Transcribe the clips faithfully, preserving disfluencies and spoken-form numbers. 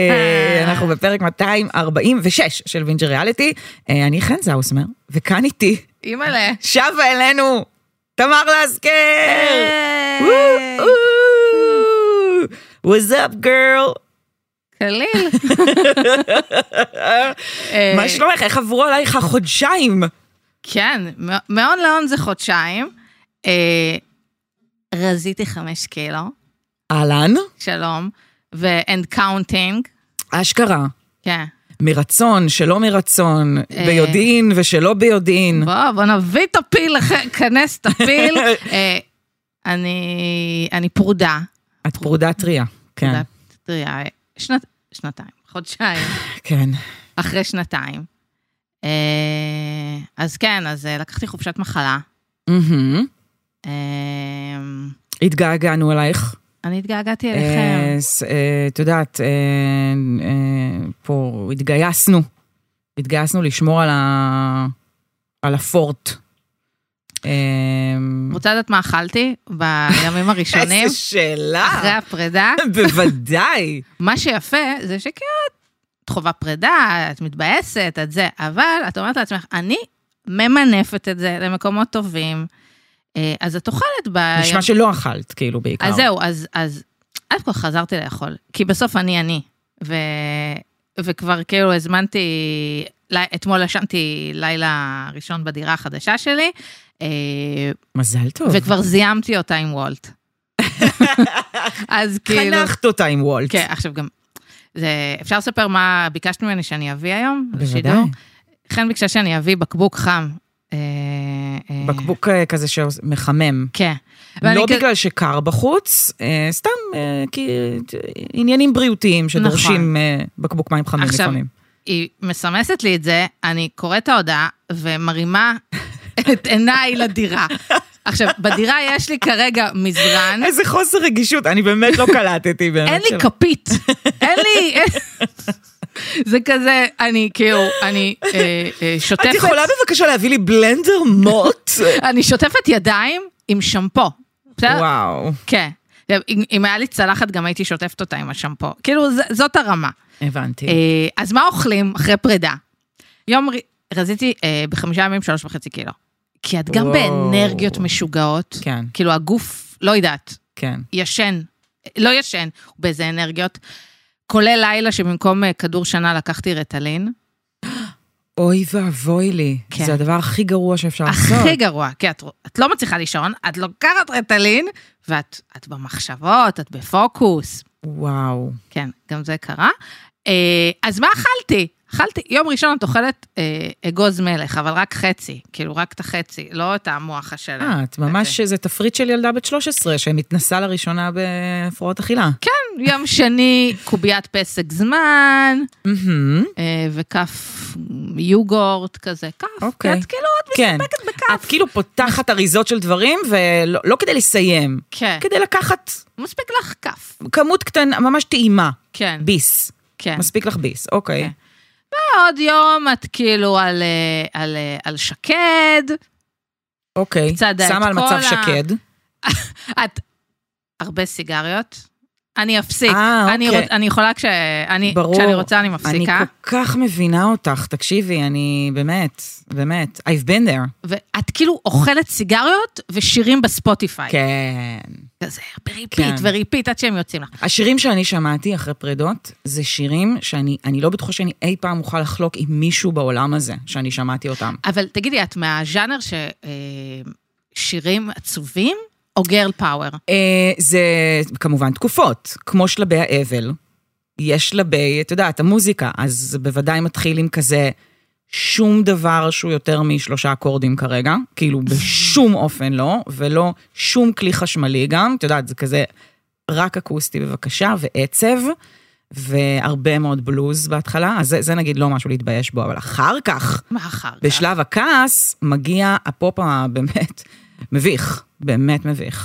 אנחנו בפרק מאתיים ארבעים ושש של וינג'ר ריאליטי. אני חן זאוסמר, וכאן איתי. אימא'לה. שבה אלינו, תמר לסקר. What's up, girl? קליל. מה שלומך? איך עברו עלייך חודשיים? כן, מעון לעון זה חודשיים. רזיתי חמש קילו. אהלן. שלום. ו-and counting. אשכרה. כן. מרצון, שלא מרצון, ביודעין ושלא ביודעין. בוא, בוא נביא את הפיל, כנס את הפיל. אני, אני פרודה. את פרודה טריה. כן. פרודה טריה. שנת, שנתיים, חודשיים. כן. אחרי שנתיים. אז כן, אז לקחתי חופשת מחלה. התגעגענו עלייך. אני התגעגעתי אליכם. את יודעת, פה התגייסנו, התגייסנו לשמור על הפורט. רוצה לדעת מה אכלתי בימים הראשונים? איזה שאלה. אחרי הפרידה. בוודאי. מה שיפה זה שכאילו, את חובה פרידה, את מתבאסת, את זה, אבל את אומרת לעצמך, אני ממנפת את זה למקומות טובים, אז את אוכלת ב... נשמע שלא אכלת, כאילו, בעיקר. אז זהו, אז, אז, עד כה חזרתי לאכול, כי בסוף אני אני, ו... וכבר כאילו הזמנתי, אתמול ישנתי לילה ראשון בדירה החדשה שלי, מזל טוב. וכבר זיימתי אותה עם וולט. אז כאילו... חנכת אותה עם וולט. כן, עכשיו גם, זה, אפשר לספר מה ביקשת ממני שאני אביא היום? בוודאי. לכן ביקשה שאני אביא בקבוק חם, בקבוק כזה שמחמם. כן. לא בגלל שקר בחוץ, סתם כי עניינים בריאותיים שדורשים בקבוק מים חמים לפעמים. היא מסמסת לי את זה, אני קוראת ההודעה ומרימה את עיניי לדירה. עכשיו, בדירה יש לי כרגע מזרן. איזה חוסר רגישות, אני באמת לא קלטתי. אין לי כפית. אין לי... זה כזה, אני כאילו, אני שוטפת... את יכולה בבקשה להביא לי בלנדר מוט? אני שוטפת ידיים עם שמפו. וואו. כן. אם היה לי צלחת, גם הייתי שוטפת אותה עם השמפו. כאילו, זאת הרמה. הבנתי. אז מה אוכלים אחרי פרידה? יום רזיתי בחמישה ימים שלוש וחצי קילו. כי את גם באנרגיות משוגעות. כן. כאילו, הגוף, לא יודעת. כן. ישן. לא ישן, הוא באיזה אנרגיות. כולל לילה שבמקום כדור שנה לקחתי רטלין. אוי ואבוי לי. כן. זה הדבר הכי גרוע שאפשר לעשות. הכי גרוע, כי את, את לא מצליחה לישון, את לוקחת רטלין, ואת את במחשבות, את בפוקוס. וואו. כן, גם זה קרה. אז מה אכלתי? אכלתי, יום ראשון את אוכלת אה, אגוז מלך, אבל רק חצי, כאילו רק את החצי, לא את המוח השלם. אה, את ממש, זה תפריט של ילדה בת שלוש עשרה, שמתנסה לראשונה בהפרעות אכילה. כן, יום שני, קוביית פסק זמן, אה, וכף יוגורט כזה, כף, אוקיי. את כאילו עוד מסתפקת בכף. את כאילו פותחת אריזות של דברים, ולא לא כדי לסיים, כן. כדי לקחת... מספיק לך כף. כמות קטנה, ממש טעימה. כן. ביס. כן. מספיק לך ביס, אוקיי. כן. ועוד יום את כאילו על, על, על שקד. אוקיי, שמה על מצב שקד. את, הרבה סיגריות. אני אפסיק. אה, אני, אוקיי. רוצ, אני יכולה כשאני, ברור. כשאני רוצה אני מפסיקה. אני כל כך מבינה אותך, תקשיבי, אני באמת, באמת, I've been there. ואת כאילו אוכלת סיגריות ושירים בספוטיפיי. כן. כזה, בריפיט וריפיט עד שהם יוצאים לך. השירים שאני שמעתי אחרי פרידות, זה שירים שאני אני לא בטוחה שאני אי פעם אוכל לחלוק עם מישהו בעולם הזה, שאני שמעתי אותם. אבל תגידי, את מהז'אנר ששירים עצובים, או גרל פאוור? זה כמובן תקופות, כמו שלבי האבל, יש שלבי, את יודעת, המוזיקה, אז זה בוודאי מתחיל עם כזה, שום דבר שהוא יותר משלושה אקורדים כרגע, כאילו בשום אופן לא, ולא שום כלי חשמלי גם, את יודעת, זה כזה רק אקוסטי בבקשה, ועצב, והרבה מאוד בלוז בהתחלה, אז זה, זה נגיד לא משהו להתבייש בו, אבל אחר כך, מה אחר כך? בשלב הכעס, מגיע הפופ הבאמת מביך, באמת מביך,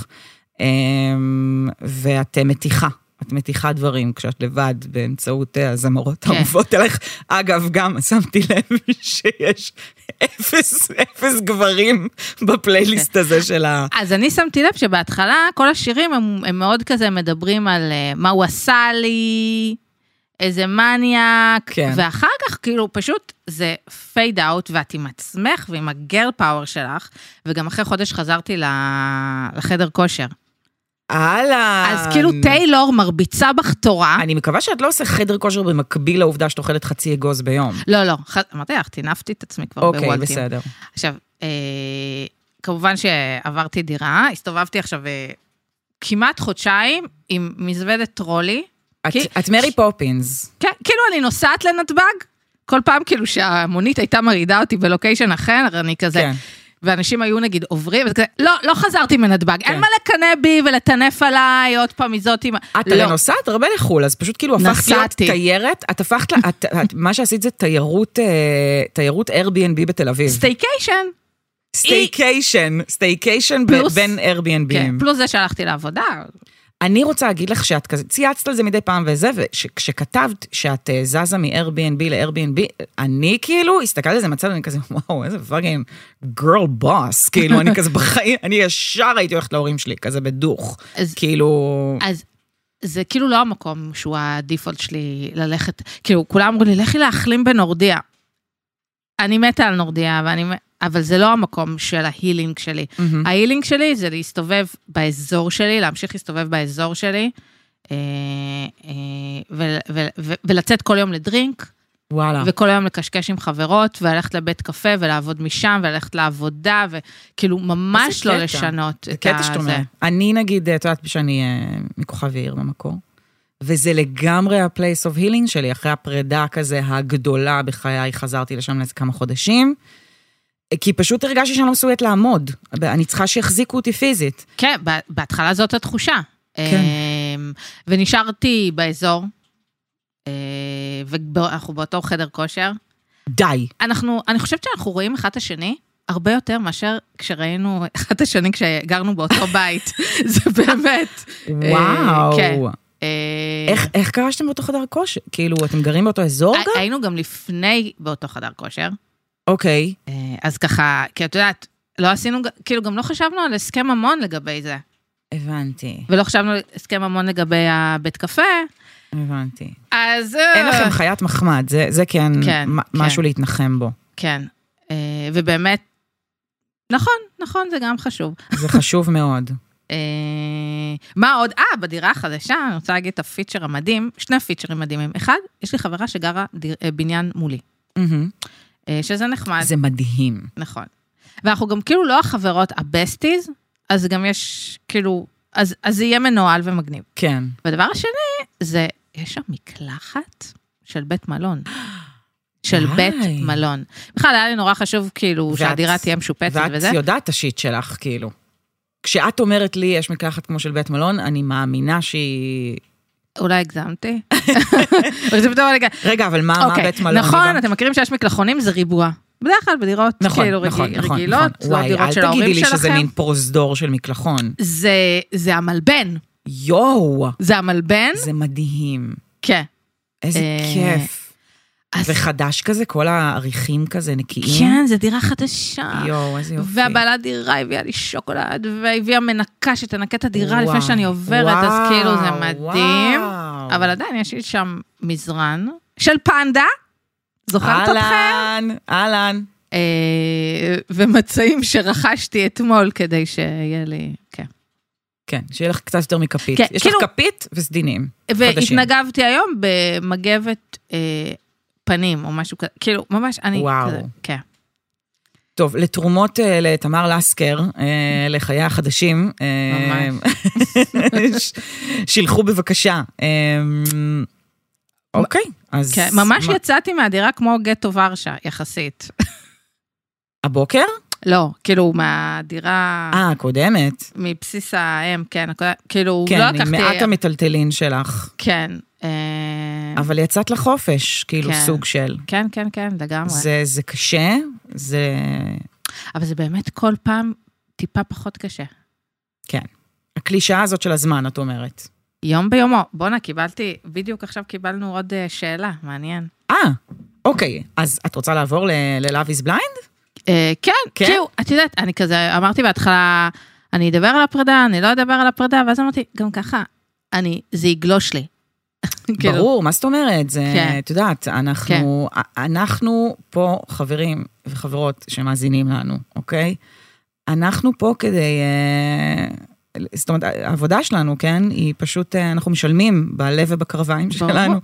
ואת מתיחה. את מתיחה דברים כשאת לבד באמצעות הזמרות האהובות עליך. אגב, גם שמתי לב שיש אפס, אפס גברים בפלייליסט הזה של ה... אז אני שמתי לב שבהתחלה כל השירים הם, הם מאוד כזה מדברים על מה הוא עשה לי, איזה מניאק, כן. ואחר כך כאילו פשוט זה פייד אאוט, ואת עם עצמך ועם הגרל פאוור שלך, וגם אחרי חודש חזרתי לחדר כושר. הלאה. אז כאילו טיילור מרביצה בך תורה. אני מקווה שאת לא עושה חדר כושר במקביל לעובדה שאת אוכלת חצי אגוז ביום. לא, לא, אמרתי לך, תינפתי את עצמי כבר בוולטים. אוקיי, בסדר. עכשיו, כמובן שעברתי דירה, הסתובבתי עכשיו כמעט חודשיים עם מזוודת טרולי. את מרי פופינס. כן, כאילו אני נוסעת לנתב"ג, כל פעם כאילו שהמונית הייתה מרידה אותי בלוקיישן אחר, אני כזה, ואנשים היו נגיד עוברים, וכזה, לא, לא חזרתי מנתב"ג, אין מה לקנא בי ולטנף עליי, עוד פעם מזאת, את הרי נוסעת הרבה לחול, אז פשוט כאילו הפכת להיות תיירת, את הפכת, מה שעשית זה תיירות, תיירות Airbnb בתל אביב. סטייקיישן. סטייקיישן, סטייקיישן בין Airbnb. כן, פלוס זה שהלכתי לעבודה. אני רוצה להגיד לך שאת כזה, צייצת על זה מדי פעם וזה, וכשכתבת שאת זזה מ-Airbnb ל-Airbnb, אני כאילו, הסתכלתי על זה מצד, אני כזה, וואו, איזה פאגין גרל בוס, כאילו, אני כזה בחיים, אני ישר הייתי הולכת להורים שלי, כזה בדוך, כאילו... אז זה כאילו לא המקום שהוא הדיפולט שלי ללכת, כאילו, כולם אמרו לי, לכי להחלים בנורדיה. אני מתה על נורדיה, ואני... אבל זה לא המקום של ההילינג שלי. ההילינג שלי זה להסתובב באזור שלי, להמשיך להסתובב באזור שלי, ולצאת כל יום לדרינק, וכל היום לקשקש עם חברות, וללכת לבית קפה, ולעבוד משם, וללכת לעבודה, וכאילו ממש לא לשנות את זה. אני נגיד, את יודעת שאני מכוכב העיר במקור, וזה לגמרי ה-place of healing שלי, אחרי הפרידה כזה הגדולה בחיי, חזרתי לשם לאיזה כמה חודשים, כי פשוט הרגשתי שאני לא מסוגלת לעמוד. אני צריכה שיחזיקו אותי פיזית. כן, בהתחלה זאת התחושה. כן. ונשארתי באזור, ואנחנו באותו חדר כושר. די. אנחנו, אני חושבת שאנחנו רואים אחד השני, הרבה יותר מאשר כשראינו אחד השני כשגרנו באותו בית. זה באמת. וואו. כן. איך, איך קרשתם באותו חדר כושר? כאילו, אתם גרים באותו אזור גם? היינו גם לפני באותו חדר כושר. אוקיי. אז ככה, כי את יודעת, לא עשינו, כאילו גם לא חשבנו על הסכם ממון לגבי זה. הבנתי. ולא חשבנו על הסכם ממון לגבי הבית קפה. הבנתי. אז... אין לכם חיית מחמד, זה, זה כן, כן משהו כן. להתנחם בו. כן. ובאמת, נכון, נכון, זה גם חשוב. זה חשוב מאוד. מה עוד? אה, בדירה החדשה, אני רוצה להגיד את הפיצ'ר המדהים, שני פיצ'רים מדהימים. אחד, יש לי חברה שגרה בניין מולי. שזה נחמד. זה מדהים. נכון. ואנחנו גם כאילו לא החברות הבסטיז, אז גם יש כאילו, אז, אז זה יהיה מנועל ומגניב. כן. והדבר השני, זה, יש שם מקלחת של בית מלון. של בית מלון. בכלל, היה לי נורא חשוב כאילו, שהדירה תהיה משופצת וזה. ואת יודעת את השיט שלך, כאילו. כשאת אומרת לי, יש מקלחת כמו של בית מלון, אני מאמינה שהיא... אולי הגזמתי. רגע, אבל מה בית מלון? נכון, אתם מכירים שיש מקלחונים, זה ריבוע. בדרך כלל בדירות כאילו רגילות, לא דירות של ההורים שלכם. אל תגידי לי שזה מין פרוזדור של מקלחון. זה המלבן. יואו. זה המלבן. זה מדהים. כן. איזה כיף. וחדש כזה, כל העריכים כזה נקיים. כן, זה דירה חדשה. יואו, איזה יופי. והבעלת דירה הביאה לי שוקולד, והביאה מנקה שתנקה את הדירה לפני שאני עוברת, אז כאילו זה מדהים. אבל עדיין יש לי שם מזרן של פנדה, זוכרת אתכם? אהלן, אהלן. ומצעים שרכשתי אתמול כדי שיהיה לי, כן. כן, שיהיה לך קצת יותר מכפית. יש לך כפית וסדינים. והתנגבתי היום במגבת פנים, או משהו כזה, כאילו, ממש, אני... וואו. כזה, כן. טוב, לתרומות לתמר לסקר, לחיי החדשים, ממש. שילחו בבקשה. אוקיי, אז... כן, ממש יצאתי מהדירה כמו גטו ורשה, יחסית. הבוקר? לא, כאילו, מהדירה... אה, הקודמת. מבסיס האם, כן, כאילו, כן, לא לקחתי... עם מעט המטלטלין שלך. כן. אבל יצאת לחופש, כאילו, סוג של. כן, כן, כן, לגמרי. זה, זה קשה, זה... אבל זה באמת כל פעם טיפה פחות קשה. כן. הקלישאה הזאת של הזמן, את אומרת. יום ביומו. בונה, קיבלתי, בדיוק עכשיו קיבלנו עוד שאלה, מעניין. אה, אוקיי. אז את רוצה לעבור ל-Love is Blind? כן, כאילו, את יודעת, אני כזה, אמרתי בהתחלה, אני אדבר על הפרידה, אני לא אדבר על הפרידה, ואז אמרתי, גם ככה, אני, זה יגלוש לי. ברור, מה זאת אומרת? זה, את יודעת, אנחנו, אנחנו פה חברים וחברות שמאזינים לנו, אוקיי? אנחנו פה כדי, זאת אומרת, העבודה שלנו, כן, היא פשוט, אנחנו משלמים בלב ובקרביים שלנו.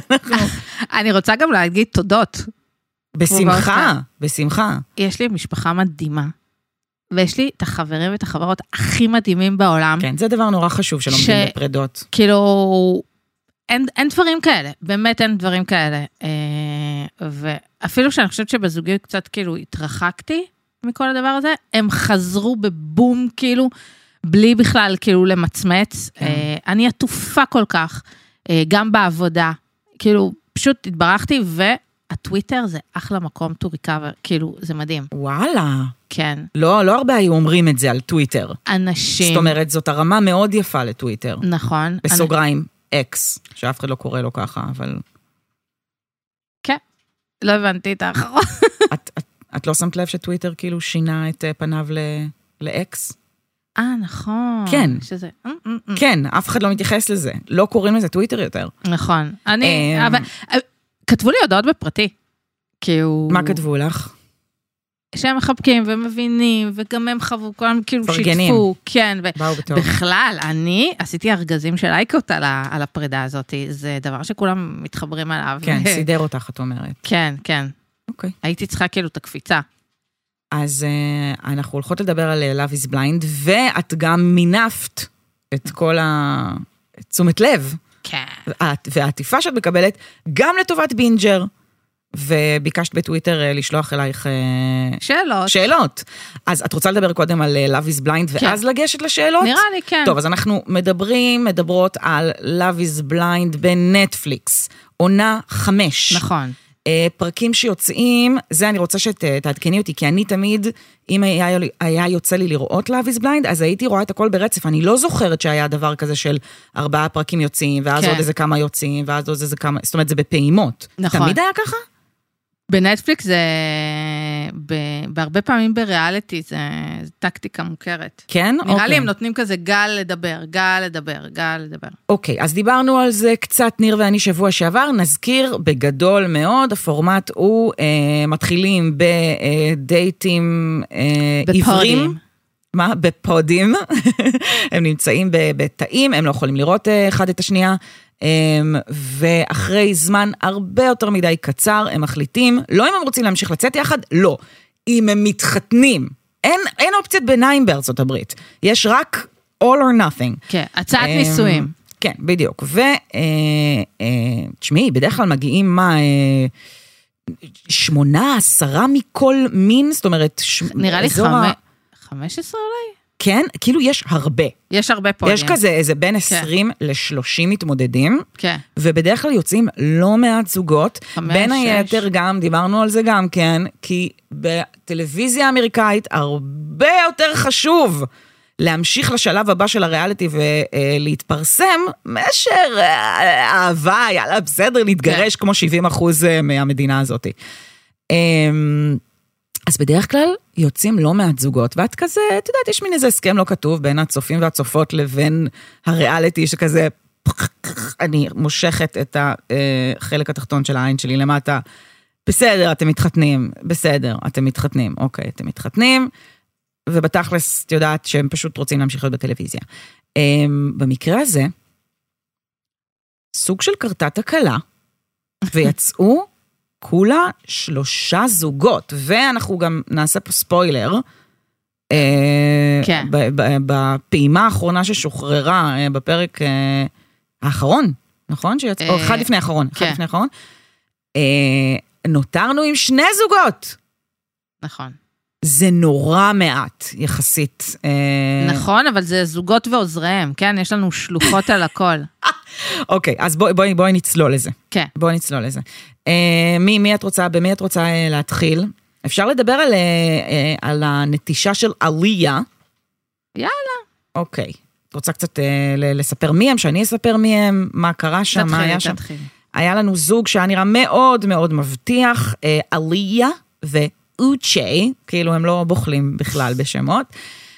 אני רוצה גם להגיד תודות. בשמחה, בשמחה. יש לי משפחה מדהימה, ויש לי את החברים ואת החברות הכי מדהימים בעולם. כן, זה דבר נורא חשוב שלומדים בפרדות. כאילו, אין, אין דברים כאלה, באמת אין דברים כאלה. ואפילו שאני חושבת שבזוגיות קצת כאילו התרחקתי מכל הדבר הזה, הם חזרו בבום כאילו, בלי בכלל כאילו למצמץ. כן. אני עטופה כל כך, גם בעבודה, כאילו פשוט התברכתי, והטוויטר זה אחלה מקום to recover, כאילו זה מדהים. וואלה. כן. לא, לא הרבה היו אומרים את זה על טוויטר. אנשים. זאת אומרת, זאת הרמה מאוד יפה לטוויטר. נכון. בסוגריים, אקס, שאף אחד לא קורא לו ככה, אבל... כן, לא הבנתי את האחרון. את, את, את לא שמת לב שטוויטר כאילו שינה את פניו לאקס? אה, נכון. כן. שזה... כן, אף אחד לא מתייחס לזה. לא קוראים לזה טוויטר יותר. נכון. אני... אבל... כתבו לי הודעות בפרטי. מה כתבו לך? שהם מחבקים ומבינים, וגם הם חוו, כולם כאילו שיתפו, כן, ובכלל, אני עשיתי ארגזים של אייקות על הפרידה הזאת, זה דבר שכולם מתחברים עליו. כן, סידר אותך, את אומרת. כן, כן. אוקיי. הייתי צריכה כאילו את הקפיצה. אז אנחנו הולכות לדבר על Love is Blind, ואת גם מינפת את כל התשומת לב. כן. והעטיפה שאת מקבלת, גם לטובת בינג'ר, וביקשת בטוויטר לשלוח אלייך שאלות. שאלות. אז את רוצה לדבר קודם על Love is Blind, ואז לגשת לשאלות? נראה לי, כן. טוב, אז אנחנו מדברים, מדברות על Love is Blind בנטפליקס, עונה חמש. נכון. פרקים שיוצאים, זה אני רוצה שתעדכני אותי, כי אני תמיד, אם היה, היה יוצא לי לראות Love is Blind, אז הייתי רואה את הכל ברצף, אני לא זוכרת שהיה דבר כזה של ארבעה פרקים יוצאים, ואז כן. עוד איזה כמה יוצאים, ואז עוד איזה כמה, זאת אומרת, זה בפעימות. נכון. תמיד היה ככה? בנטפליקס זה, ב, בהרבה פעמים בריאליטי, זה, זה טקטיקה מוכרת. כן? נראה אוקיי. לי הם נותנים כזה גל לדבר, גל לדבר, גל לדבר. אוקיי, אז דיברנו על זה קצת, ניר ואני שבוע שעבר, נזכיר בגדול מאוד, הפורמט הוא, אה, מתחילים בדייטים אה, עיוורים. מה? בפודים. הם נמצאים בתאים, הם לא יכולים לראות אחד את השנייה, ואחרי זמן הרבה יותר מדי קצר, הם מחליטים, לא אם הם רוצים להמשיך לצאת יחד, לא. אם הם מתחתנים, אין, אין אופציית ביניים בארצות הברית. יש רק all or nothing. כן, הצעת נישואים. כן, בדיוק. ותשמעי, בדרך כלל מגיעים מה... שמונה, עשרה מכל מין, זאת אומרת... נראה לי חמש... חמש עשרה אולי? כן, כאילו יש הרבה. יש הרבה פודים. יש כזה איזה בין עשרים לשלושים מתמודדים, כן. ובדרך כלל יוצאים לא מעט זוגות, חמש, בין שש. היתר גם, דיברנו על זה גם כן, כי בטלוויזיה האמריקאית הרבה יותר חשוב להמשיך לשלב הבא של הריאליטי ולהתפרסם, מאשר אהבה, יאללה בסדר, להתגרש כמו שבעים אחוז מהמדינה הזאת. אז בדרך כלל יוצאים לא מעט זוגות, ואת כזה, את יודעת, יש מין איזה הסכם לא כתוב בין הצופים והצופות לבין הריאליטי, שכזה, אני מושכת את החלק התחתון של העין שלי למטה, בסדר, אתם מתחתנים, בסדר, אתם מתחתנים, אוקיי, אתם מתחתנים, ובתכלס, את יודעת שהם פשוט רוצים להמשיך להיות בטלוויזיה. במקרה הזה, סוג של קרתה תקלה, ויצאו כולה שלושה זוגות, ואנחנו גם נעשה פה ספוילר, כן. בפעימה האחרונה ששוחררה, בפרק האחרון, נכון? שיצא, או אחד לפני האחרון, אחד לפני האחרון, נותרנו עם שני זוגות. נכון. זה נורא מעט, יחסית. נכון, אבל זה זוגות ועוזריהם, כן? יש לנו שלוחות על הכל. אוקיי, אז בואי, בואי, בואי נצלול לזה. כן. בואי נצלול לזה. מי, מי את רוצה, במי את רוצה להתחיל? אפשר לדבר על, על הנטישה של עליה. יאללה. אוקיי. את רוצה קצת לספר מי הם, שאני אספר מי הם, מה קרה שם, מה היה שם? תתחיל. היה לנו זוג שהיה נראה מאוד מאוד מבטיח, עליה ואוצ'י, כאילו הם לא בוחלים בכלל בשמות.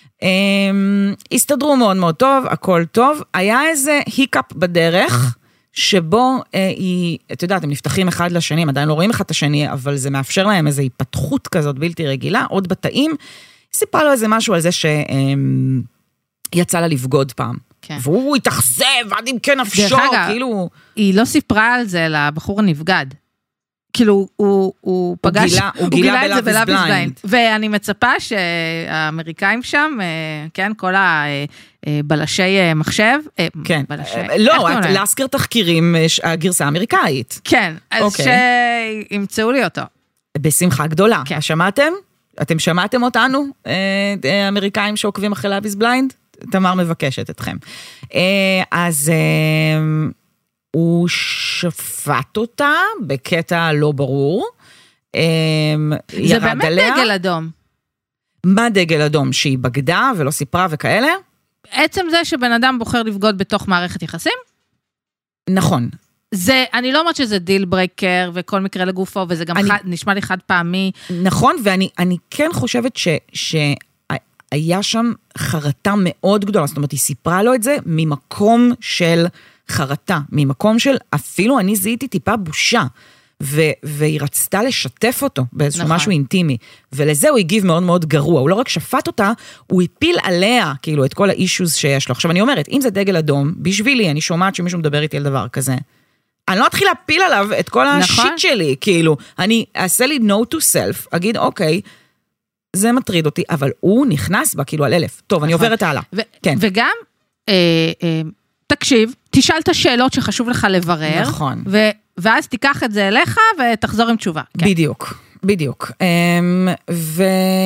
הסתדרו מאוד מאוד טוב, הכל טוב. היה איזה היקאפ בדרך, שבו אה, היא, אתה יודעת, הם נפתחים אחד לשני, עדיין לא רואים אחד את השני, אבל זה מאפשר להם איזו היפתחות כזאת בלתי רגילה, עוד בתאים, סיפרה לו איזה משהו על זה שיצא לה לבגוד פעם. כן. והוא התאכזב, עד אם כן נפשו, כאילו... היא לא סיפרה על זה לבחור הנבגד. כאילו, הוא, הוא פגש, גילה, הוא, הוא גילה, גילה בלאב איז בליינד. ואני מצפה שהאמריקאים שם, כן, כל הבלשי מחשב, כן, בלשי, לא, להזכיר תחקירים, הגרסה האמריקאית. כן, אז שימצאו לי אותו. בשמחה גדולה. כן. שמעתם? אתם שמעתם אותנו, האמריקאים שעוקבים אחרי לאב איז בליינד? תמר מבקשת אתכם. אז... הוא שפט אותה בקטע לא ברור. זה באמת עליה. דגל אדום. מה דגל אדום? שהיא בגדה ולא סיפרה וכאלה? עצם זה שבן אדם בוחר לבגוד בתוך מערכת יחסים? נכון. זה, אני לא אומרת שזה דיל ברייקר וכל מקרה לגופו, וזה גם אני, חד, נשמע לי חד פעמי. נכון, ואני אני כן חושבת ש... ש היה שם חרטה מאוד גדולה, זאת אומרת, היא סיפרה לו את זה ממקום של חרטה, ממקום של, אפילו אני זיהיתי טיפה בושה, ו- והיא רצתה לשתף אותו באיזשהו נכון. משהו אינטימי, ולזה הוא הגיב מאוד מאוד גרוע, הוא לא רק שפט אותה, הוא הפיל עליה, כאילו, את כל האישוז שיש לו. עכשיו אני אומרת, אם זה דגל אדום, בשבילי, אני שומעת שמישהו מדבר איתי על דבר כזה, אני לא אתחיל להפיל עליו את כל נכון. השיט שלי, כאילו, אני אעשה לי no to self, אגיד, אוקיי, זה מטריד אותי, אבל הוא נכנס בה כאילו על אלף. טוב, אני עוברת הלאה. כן. וגם, תקשיב, תשאל את השאלות שחשוב לך לברר. נכון. ואז תיקח את זה אליך ותחזור עם תשובה. בדיוק, בדיוק. ו...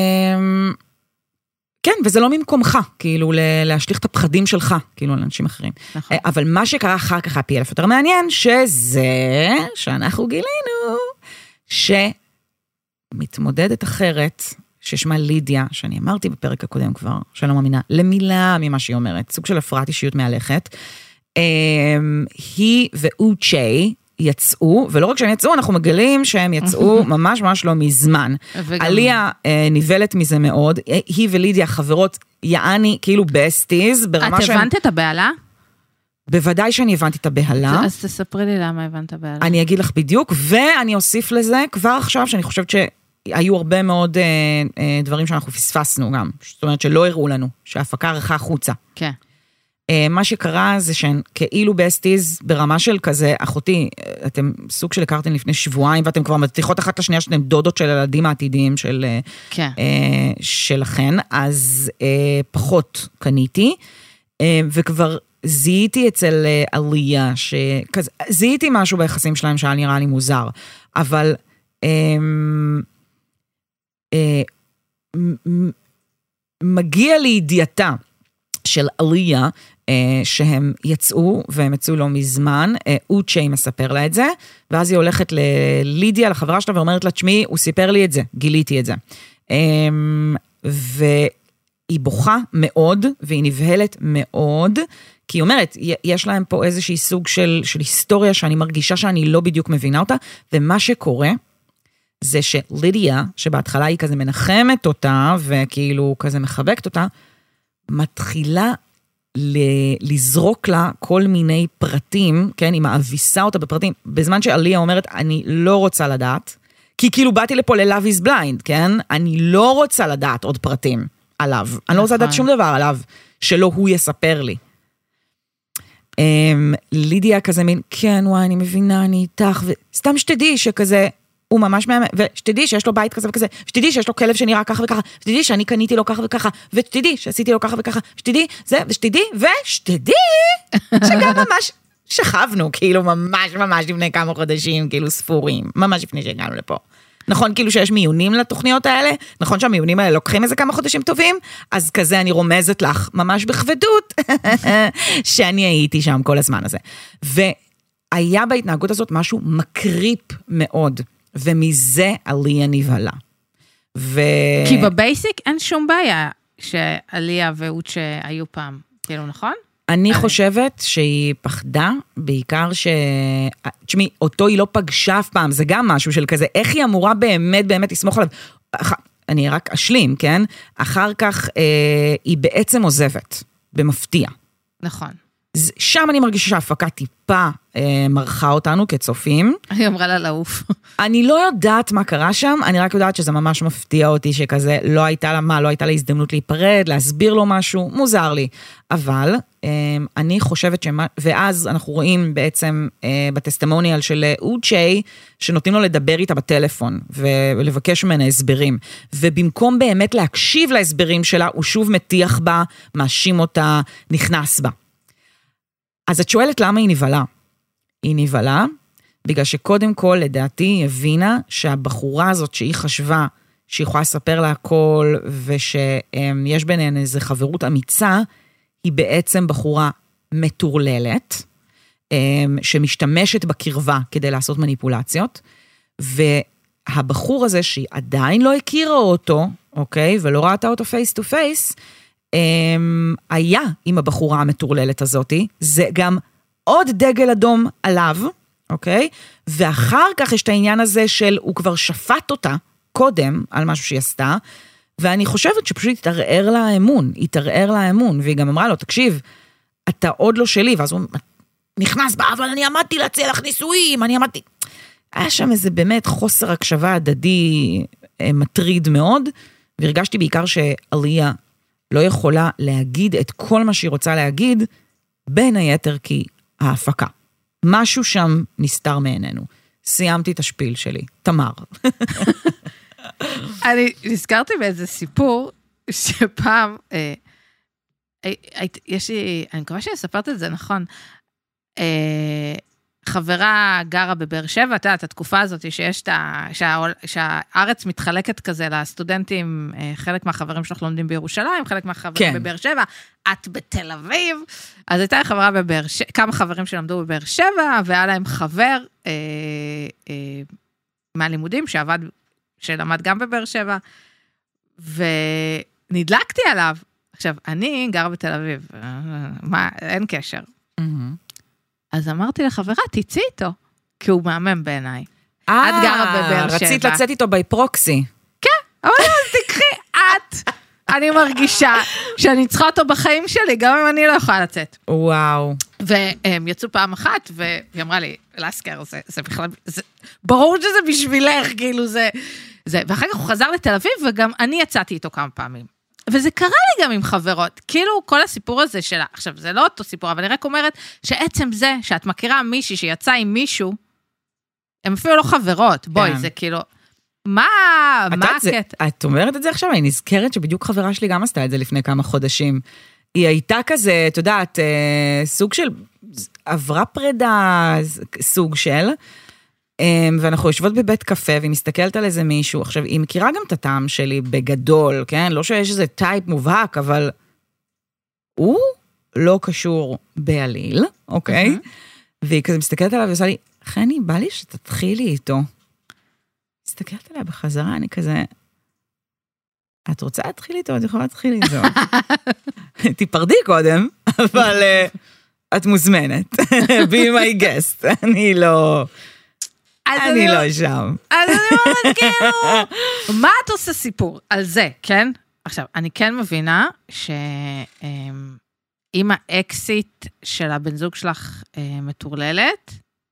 כן, וזה לא ממקומך, כאילו, להשליך את הפחדים שלך, כאילו, לאנשים אחרים. נכון. אבל מה שקרה אחר כך, הפי אלף יותר מעניין, שזה שאנחנו גילינו, שמתמודדת אחרת, ששמה לידיה, שאני אמרתי בפרק הקודם כבר, שאני לא מאמינה, למילה ממה שהיא אומרת, סוג של הפרעת אישיות מהלכת, היא ואוצ'י יצאו, ולא רק שהם יצאו, אנחנו מגלים שהם יצאו ממש ממש לא מזמן. עליה ניבלת מזה מאוד, היא ולידיה חברות יעני, כאילו בסטיז, ברמה שהם... את הבנת את הבעלה? בוודאי שאני הבנתי את הבעלה. אז תספרי לי למה הבנת הבעלה. אני אגיד לך בדיוק, ואני אוסיף לזה כבר עכשיו, שאני חושבת ש... היו הרבה מאוד אה, אה, דברים שאנחנו פספסנו גם, זאת אומרת שלא הראו לנו, שההפקה ערכה החוצה. כן. אה, מה שקרה זה שהן כאילו בסטיז ברמה של כזה, אחותי, אתם סוג של הכרתם לפני שבועיים, ואתם כבר מתיחות אחת לשנייה שאתם דודות של ילדים העתידיים של, כן. אה, שלכן, אז אה, פחות קניתי, אה, וכבר זיהיתי אצל אה, עליה, שכזה, זיהיתי משהו ביחסים שלהם שהיה נראה לי מוזר, אבל... אה, מגיע לידיעתה של עליה שהם יצאו והם יצאו לא מזמן, אוצ'י מספר לה את זה, ואז היא הולכת ללידיה, לחברה שלה, ואומרת לה, תשמעי, הוא סיפר לי את זה, גיליתי את זה. והיא בוכה מאוד, והיא נבהלת מאוד, כי היא אומרת, יש להם פה איזושהי סוג של, של היסטוריה שאני מרגישה שאני לא בדיוק מבינה אותה, ומה שקורה, זה שלידיה, שבהתחלה היא כזה מנחמת אותה, וכאילו כזה מחבקת אותה, מתחילה ל- לזרוק לה כל מיני פרטים, כן, היא מאביסה אותה בפרטים, בזמן שעליה אומרת, אני לא רוצה לדעת, כי כאילו באתי לפה ל-Love is Blind, כן, אני לא רוצה לדעת עוד פרטים עליו, אני לא רוצה לדעת שום דבר עליו, שלא הוא יספר לי. לידיה כזה מין, כן, וואי, אני מבינה, אני איתך, וסתם שתדעי שכזה, הוא ממש מהמם, ושתדעי שיש לו בית כזה וכזה, ושתדעי שיש לו כלב שנראה ככה וככה, ושתדעי שאני קניתי לו ככה וככה, ושתדעי שעשיתי לו ככה וככה, ושתדעי זה, ושתדעי, ושתדעי, שגם ממש שכבנו, כאילו ממש ממש לפני כמה חודשים, כאילו ספורים, ממש לפני שהגענו לפה. נכון, כאילו שיש מיונים לתוכניות האלה, נכון שהמיונים האלה לוקחים איזה כמה חודשים טובים, אז כזה אני רומזת לך, ממש בכבדות, שאני הייתי שם כל הזמן הזה. והיה בהתנהגות הזאת משהו מקריפ מאוד, ומזה עליה נבהלה. ו... כי בבייסיק אין שום בעיה שעליה ואות שהיו פעם, כאילו נכון? אני חושבת שהיא פחדה, בעיקר ש... תשמעי, אותו היא לא פגשה אף פעם, זה גם משהו של כזה, איך היא אמורה באמת באמת לסמוך עליו? אני רק אשלים, כן? אחר כך אה, היא בעצם עוזבת, במפתיע. נכון. שם אני מרגישה שההפקה טיפה אה, מרחה אותנו כצופים. אני אמרה לה לעוף. אני לא יודעת מה קרה שם, אני רק יודעת שזה ממש מפתיע אותי שכזה לא הייתה לה מה, לא הייתה לה הזדמנות להיפרד, להסביר לו משהו, מוזר לי. אבל אה, אני חושבת שמה, ואז אנחנו רואים בעצם אה, בטסטימוניאל של אוצ'יי, שנותנים לו לדבר איתה בטלפון, ולבקש ממנה הסברים. ובמקום באמת להקשיב להסברים שלה, הוא שוב מטיח בה, מאשים אותה, נכנס בה. אז את שואלת למה היא נבלה? היא נבלה בגלל שקודם כל, לדעתי, היא הבינה שהבחורה הזאת שהיא חשבה, שהיא יכולה לספר לה הכל, ושיש ביניהן איזו חברות אמיצה, היא בעצם בחורה מטורללת, שמשתמשת בקרבה כדי לעשות מניפולציות, והבחור הזה שהיא עדיין לא הכירה אותו, אוקיי, ולא ראתה אותו פייס טו פייס, היה עם הבחורה המטורללת הזאת, זה גם עוד דגל אדום עליו, אוקיי? ואחר כך יש את העניין הזה של, הוא כבר שפט אותה קודם על משהו שהיא עשתה, ואני חושבת שפשוט התערער לה האמון, התערער לה האמון, והיא גם אמרה לו, תקשיב, אתה עוד לא שלי, ואז הוא נכנס בה, אבל אני עמדתי להציע לך נישואים, אני עמדתי... היה שם איזה באמת חוסר הקשבה הדדי מטריד מאוד, והרגשתי בעיקר שעליה לא יכולה להגיד את כל מה שהיא רוצה להגיד, בין היתר כי ההפקה. משהו שם נסתר מעינינו. סיימתי את השפיל שלי. תמר. אני נזכרתי באיזה סיפור, שפעם, אה, אה, יש לי, אני מקווה שאני אספרת את זה נכון, אה, חברה גרה בבאר שבע, אתה יודעת, התקופה הזאת שיש את ה... שה... שהארץ מתחלקת כזה לסטודנטים, חלק מהחברים שלך לומדים בירושלים, חלק מהחברים כן. בבאר שבע, את בתל אביב, אז הייתה חברה בבאר שבע, כמה חברים שלמדו בבאר שבע, והיה להם חבר אה, אה, מהלימודים שעבד, שלמד גם בבאר שבע, ונדלקתי עליו. עכשיו, אני גרה בתל אביב, מה, אין קשר. Mm-hmm. אז אמרתי לחברה, תצאי איתו, כי הוא מהמם בעיניי. את גרה בבאר שבע. רצית לצאת איתו בי פרוקסי. כן, אבל אז תקחי, את, אני מרגישה שאני צריכה אותו בחיים שלי, גם אם אני לא יכולה לצאת. וואו. והם יצאו פעם אחת, והיא אמרה לי, לסקר, זה, זה בכלל, זה, ברור שזה בשבילך, כאילו זה, זה, ואחר כך הוא חזר לתל אביב, וגם אני יצאתי איתו כמה פעמים. וזה קרה לי גם עם חברות, כאילו כל הסיפור הזה שלה, עכשיו זה לא אותו סיפור, אבל אני רק אומרת שעצם זה שאת מכירה מישהי שיצא עם מישהו, הם אפילו לא חברות, בואי, כן. זה כאילו, מה, מה הקטע? את אומרת את זה עכשיו, אני נזכרת שבדיוק חברה שלי גם עשתה את זה לפני כמה חודשים, היא הייתה כזה, את יודעת, סוג של, עברה פרידה, סוג של, ואנחנו יושבות בבית קפה, והיא מסתכלת על איזה מישהו, עכשיו, היא מכירה גם את הטעם שלי בגדול, כן? לא שיש איזה טייפ מובהק, אבל הוא לא קשור בעליל, אוקיי? והיא כזה מסתכלת עליו, ועושה לי, חני, בא לי שתתחילי איתו. מסתכלת עליה בחזרה, אני כזה, את רוצה להתחיל איתו? את יכולה להתחיל איתו. תיפרדי קודם, אבל את מוזמנת. be my guest. אני לא... אני לא שם. אז אני אומרת, כאילו, מה את עושה סיפור על זה, כן? עכשיו, אני כן מבינה שאם האקסיט של הבן זוג שלך מטורללת,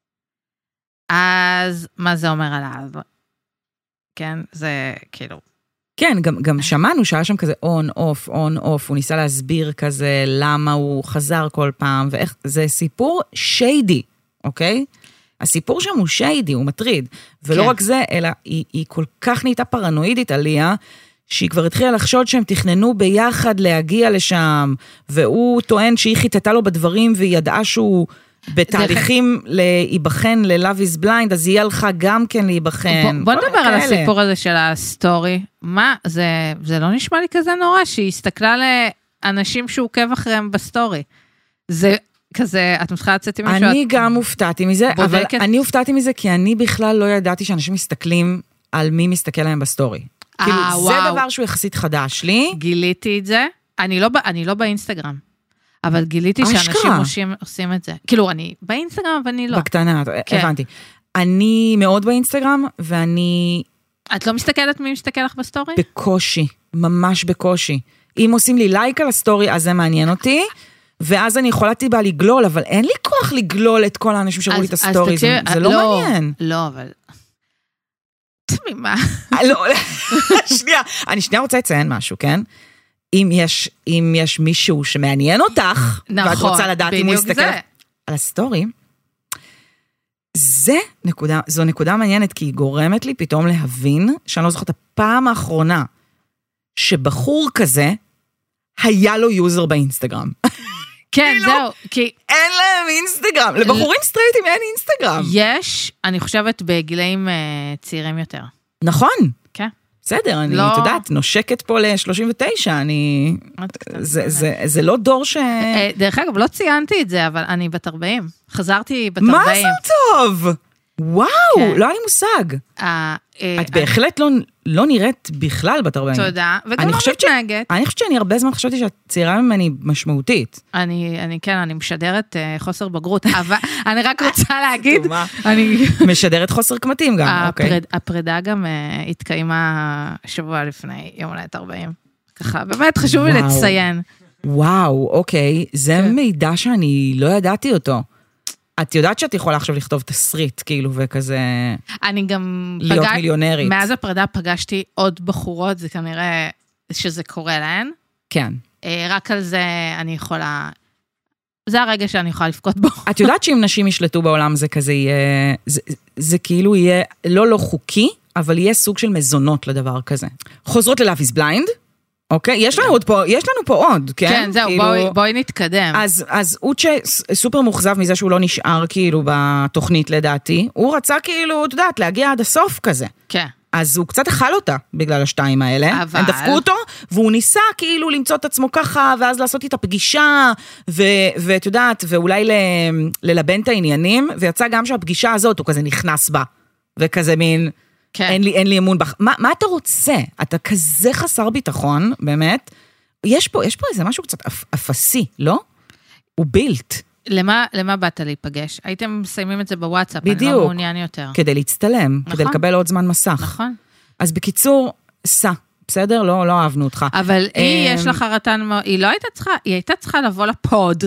אז מה זה אומר עליו? כן, זה כאילו... כן, גם, גם שמענו שהיה שם כזה און, אוף, און, אוף, הוא ניסה להסביר כזה למה הוא חזר כל פעם, ואיך, זה סיפור שיידי, אוקיי? הסיפור שם הוא שיידי, הוא מטריד, ולא כן. רק זה, אלא היא, היא כל כך נהייתה פרנואידית עליה, שהיא כבר התחילה לחשוד שהם תכננו ביחד להגיע לשם, והוא טוען שהיא חיטטה לו בדברים, והיא ידעה שהוא בתהליכים להיבחן ל-Love is Blind, אז היא הלכה גם כן להיבחן. בוא, בוא נדבר על הסיפור הזה של הסטורי. מה, זה, זה לא נשמע לי כזה נורא, שהיא הסתכלה לאנשים שהוא עוקב אחריהם בסטורי. זה... כזה, את מתחילה לצאת עם מישהו... אני גם הופתעתי מזה, אבל אני הופתעתי מזה, כי אני בכלל לא ידעתי שאנשים מסתכלים על מי מסתכל להם בסטורי. כאילו, זה דבר שהוא יחסית חדש לי. גיליתי את זה. אני לא באינסטגרם, אבל גיליתי שאנשים עושים את זה. כאילו, אני באינסטגרם, אבל אני לא. בקטנה, הבנתי. אני מאוד באינסטגרם, ואני... את לא מסתכלת מי מסתכל לך בסטורי? בקושי, ממש בקושי. אם עושים לי לייק על הסטורי, אז זה מעניין אותי, ואז אני יכולה טיפה לגלול, אבל אין לי כוח לגלול את כל האנשים שראו לי את הסטורי, זה, זה לא, לא מעניין. לא, אבל... תמימה. לא, שנייה, אני שנייה רוצה לציין משהו, כן? אם יש, אם יש מישהו שמעניין אותך, נכון, ואת רוצה לדעת אם הוא יסתכל על הסטורי, זה נקודה, זו נקודה מעניינת, כי היא גורמת לי פתאום להבין, שאני לא זוכרת הפעם האחרונה, שבחור כזה, היה לו יוזר באינסטגרם. כן, זהו, כי... אין להם אינסטגרם, לבחורים סטרייטים אין אינסטגרם. יש, אני חושבת, בגילאים צעירים יותר. נכון. כן. בסדר, אני, את יודעת, נושקת פה ל-שלושים ותשע, אני... זה לא דור ש... דרך אגב, לא ציינתי את זה, אבל אני בת ארבעים. חזרתי בת מה ארבעים. זה טוב? וואו, לא היה לי מושג. את בהחלט לא נראית בכלל בת ארבעים. תודה, וגם לא מתנהגת. אני חושבת שאני הרבה זמן חשבתי שאת צעירה ממני משמעותית. אני, כן, אני משדרת חוסר בגרות, אבל אני רק רוצה להגיד... משדרת חוסר קמטים גם, אוקיי. הפרידה גם התקיימה שבוע לפני יום הולדת ארבעים. ככה, באמת חשוב לי לציין. וואו, אוקיי, זה מידע שאני לא ידעתי אותו. את יודעת שאת יכולה עכשיו לכתוב תסריט, כאילו, וכזה... אני גם... להיות פגע... מיליונרית. מאז הפרידה פגשתי עוד בחורות, זה כנראה שזה קורה להן. כן. רק על זה אני יכולה... זה הרגע שאני יכולה לפקוד בו. את יודעת שאם נשים ישלטו בעולם זה כזה יהיה... זה, זה כאילו יהיה לא לא חוקי, אבל יהיה סוג של מזונות לדבר כזה. חוזרות ל-Love is Blind, אוקיי? יש לנו עוד פה, יש לנו פה עוד, כן? כן, זהו, כאילו, בואי, בואי נתקדם. אז, אז אוצ'ה סופר מוחזב מזה שהוא לא נשאר כאילו בתוכנית לדעתי, הוא רצה כאילו, את יודעת, להגיע עד הסוף כזה. כן. אז הוא קצת אכל אותה בגלל השתיים האלה, אבל... הם דפקו אותו, והוא ניסה כאילו למצוא את עצמו ככה, ואז לעשות איתה פגישה, ו- ואת יודעת, ואולי ל- ללבן את העניינים, ויצא גם שהפגישה הזאת הוא כזה נכנס בה, וכזה מין... כן. אין לי, אין לי אמון בך. מה, מה אתה רוצה? אתה כזה חסר ביטחון, באמת. יש פה, יש פה איזה משהו קצת אפסי, לא? הוא בילט. למה, למה באת להיפגש? הייתם מסיימים את זה בוואטסאפ, בדיוק. אני לא מעוניין יותר. כדי להצטלם, נכון. כדי לקבל עוד זמן מסך. נכון. אז בקיצור, סע, בסדר? לא, לא אהבנו אותך. אבל היא, יש לך הרתן, היא לא הייתה צריכה, היא הייתה צריכה לבוא לפוד,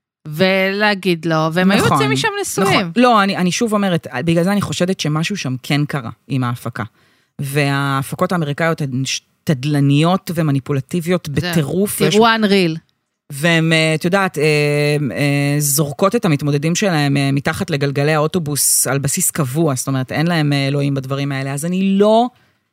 ולהגיד לו, והם היו יוצאים משם נשואים. לא, אני, אני שוב אומרת, בגלל זה אני חושדת שמשהו שם כן קרה עם ההפקה. וההפקות האמריקאיות הן תדלניות ומניפולטיביות בטירוף. תראו אנריל. והן, את יודעת, זורקות את המתמודדים שלהם מתחת לגלגלי האוטובוס על בסיס קבוע, זאת אומרת, אין להם אלוהים בדברים האלה. אז אני לא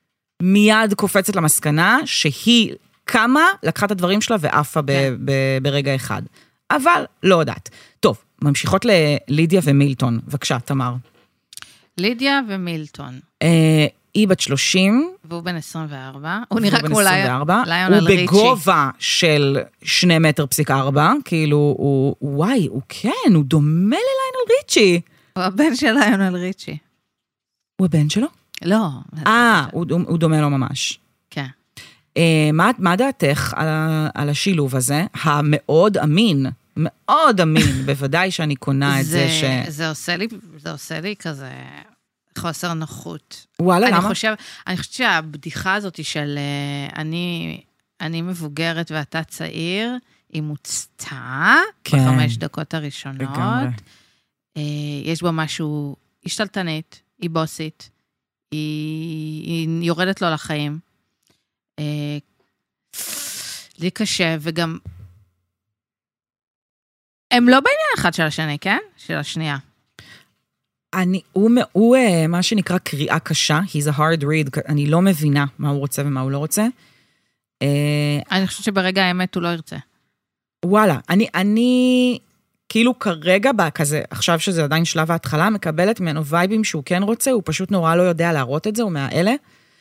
מיד קופצת למסקנה שהיא קמה, לקחה את הדברים שלה ועפה ברגע אחד. אבל לא יודעת. טוב, ממשיכות ללידיה ומילטון. בבקשה, תמר. לידיה ומילטון. אה, היא בת שלושים. והוא בן עשרים וארבע. הוא נראה כמו ליונל ריצ'י. הוא בגובה של שני מטר פסיק ארבע. כאילו, הוא, וואי, הוא כן, הוא דומה לליונל ריצ'י. הוא הבן של ליונל ריצ'י. הוא הבן שלו? לא. אה, הוא, הוא דומה לו ממש. כן. מה, מה דעתך על, על השילוב הזה? המאוד אמין, מאוד אמין, בוודאי שאני קונה את זה, זה ש... זה עושה לי, זה עושה לי כזה חוסר נוחות. וואלה, אני למה? חושב, אני חושבת שהבדיחה הזאת של אני, אני מבוגרת ואתה צעיר, היא מוצתה כן. בחמש דקות הראשונות. לגמרי. יש בה משהו, היא שתלטנית, היא בוסית, היא, היא יורדת לו לחיים. לי קשה, וגם הם לא בעניין אחד של השני, כן? של השנייה. אני, הוא, הוא מה שנקרא קריאה קשה, he's a hard read, אני לא מבינה מה הוא רוצה ומה הוא לא רוצה. אני חושבת שברגע האמת הוא לא ירצה. וואלה, אני, אני כאילו כרגע, כזה, עכשיו שזה עדיין שלב ההתחלה, מקבלת ממנו וייבים שהוא כן רוצה, הוא פשוט נורא לא יודע להראות את זה, הוא מהאלה.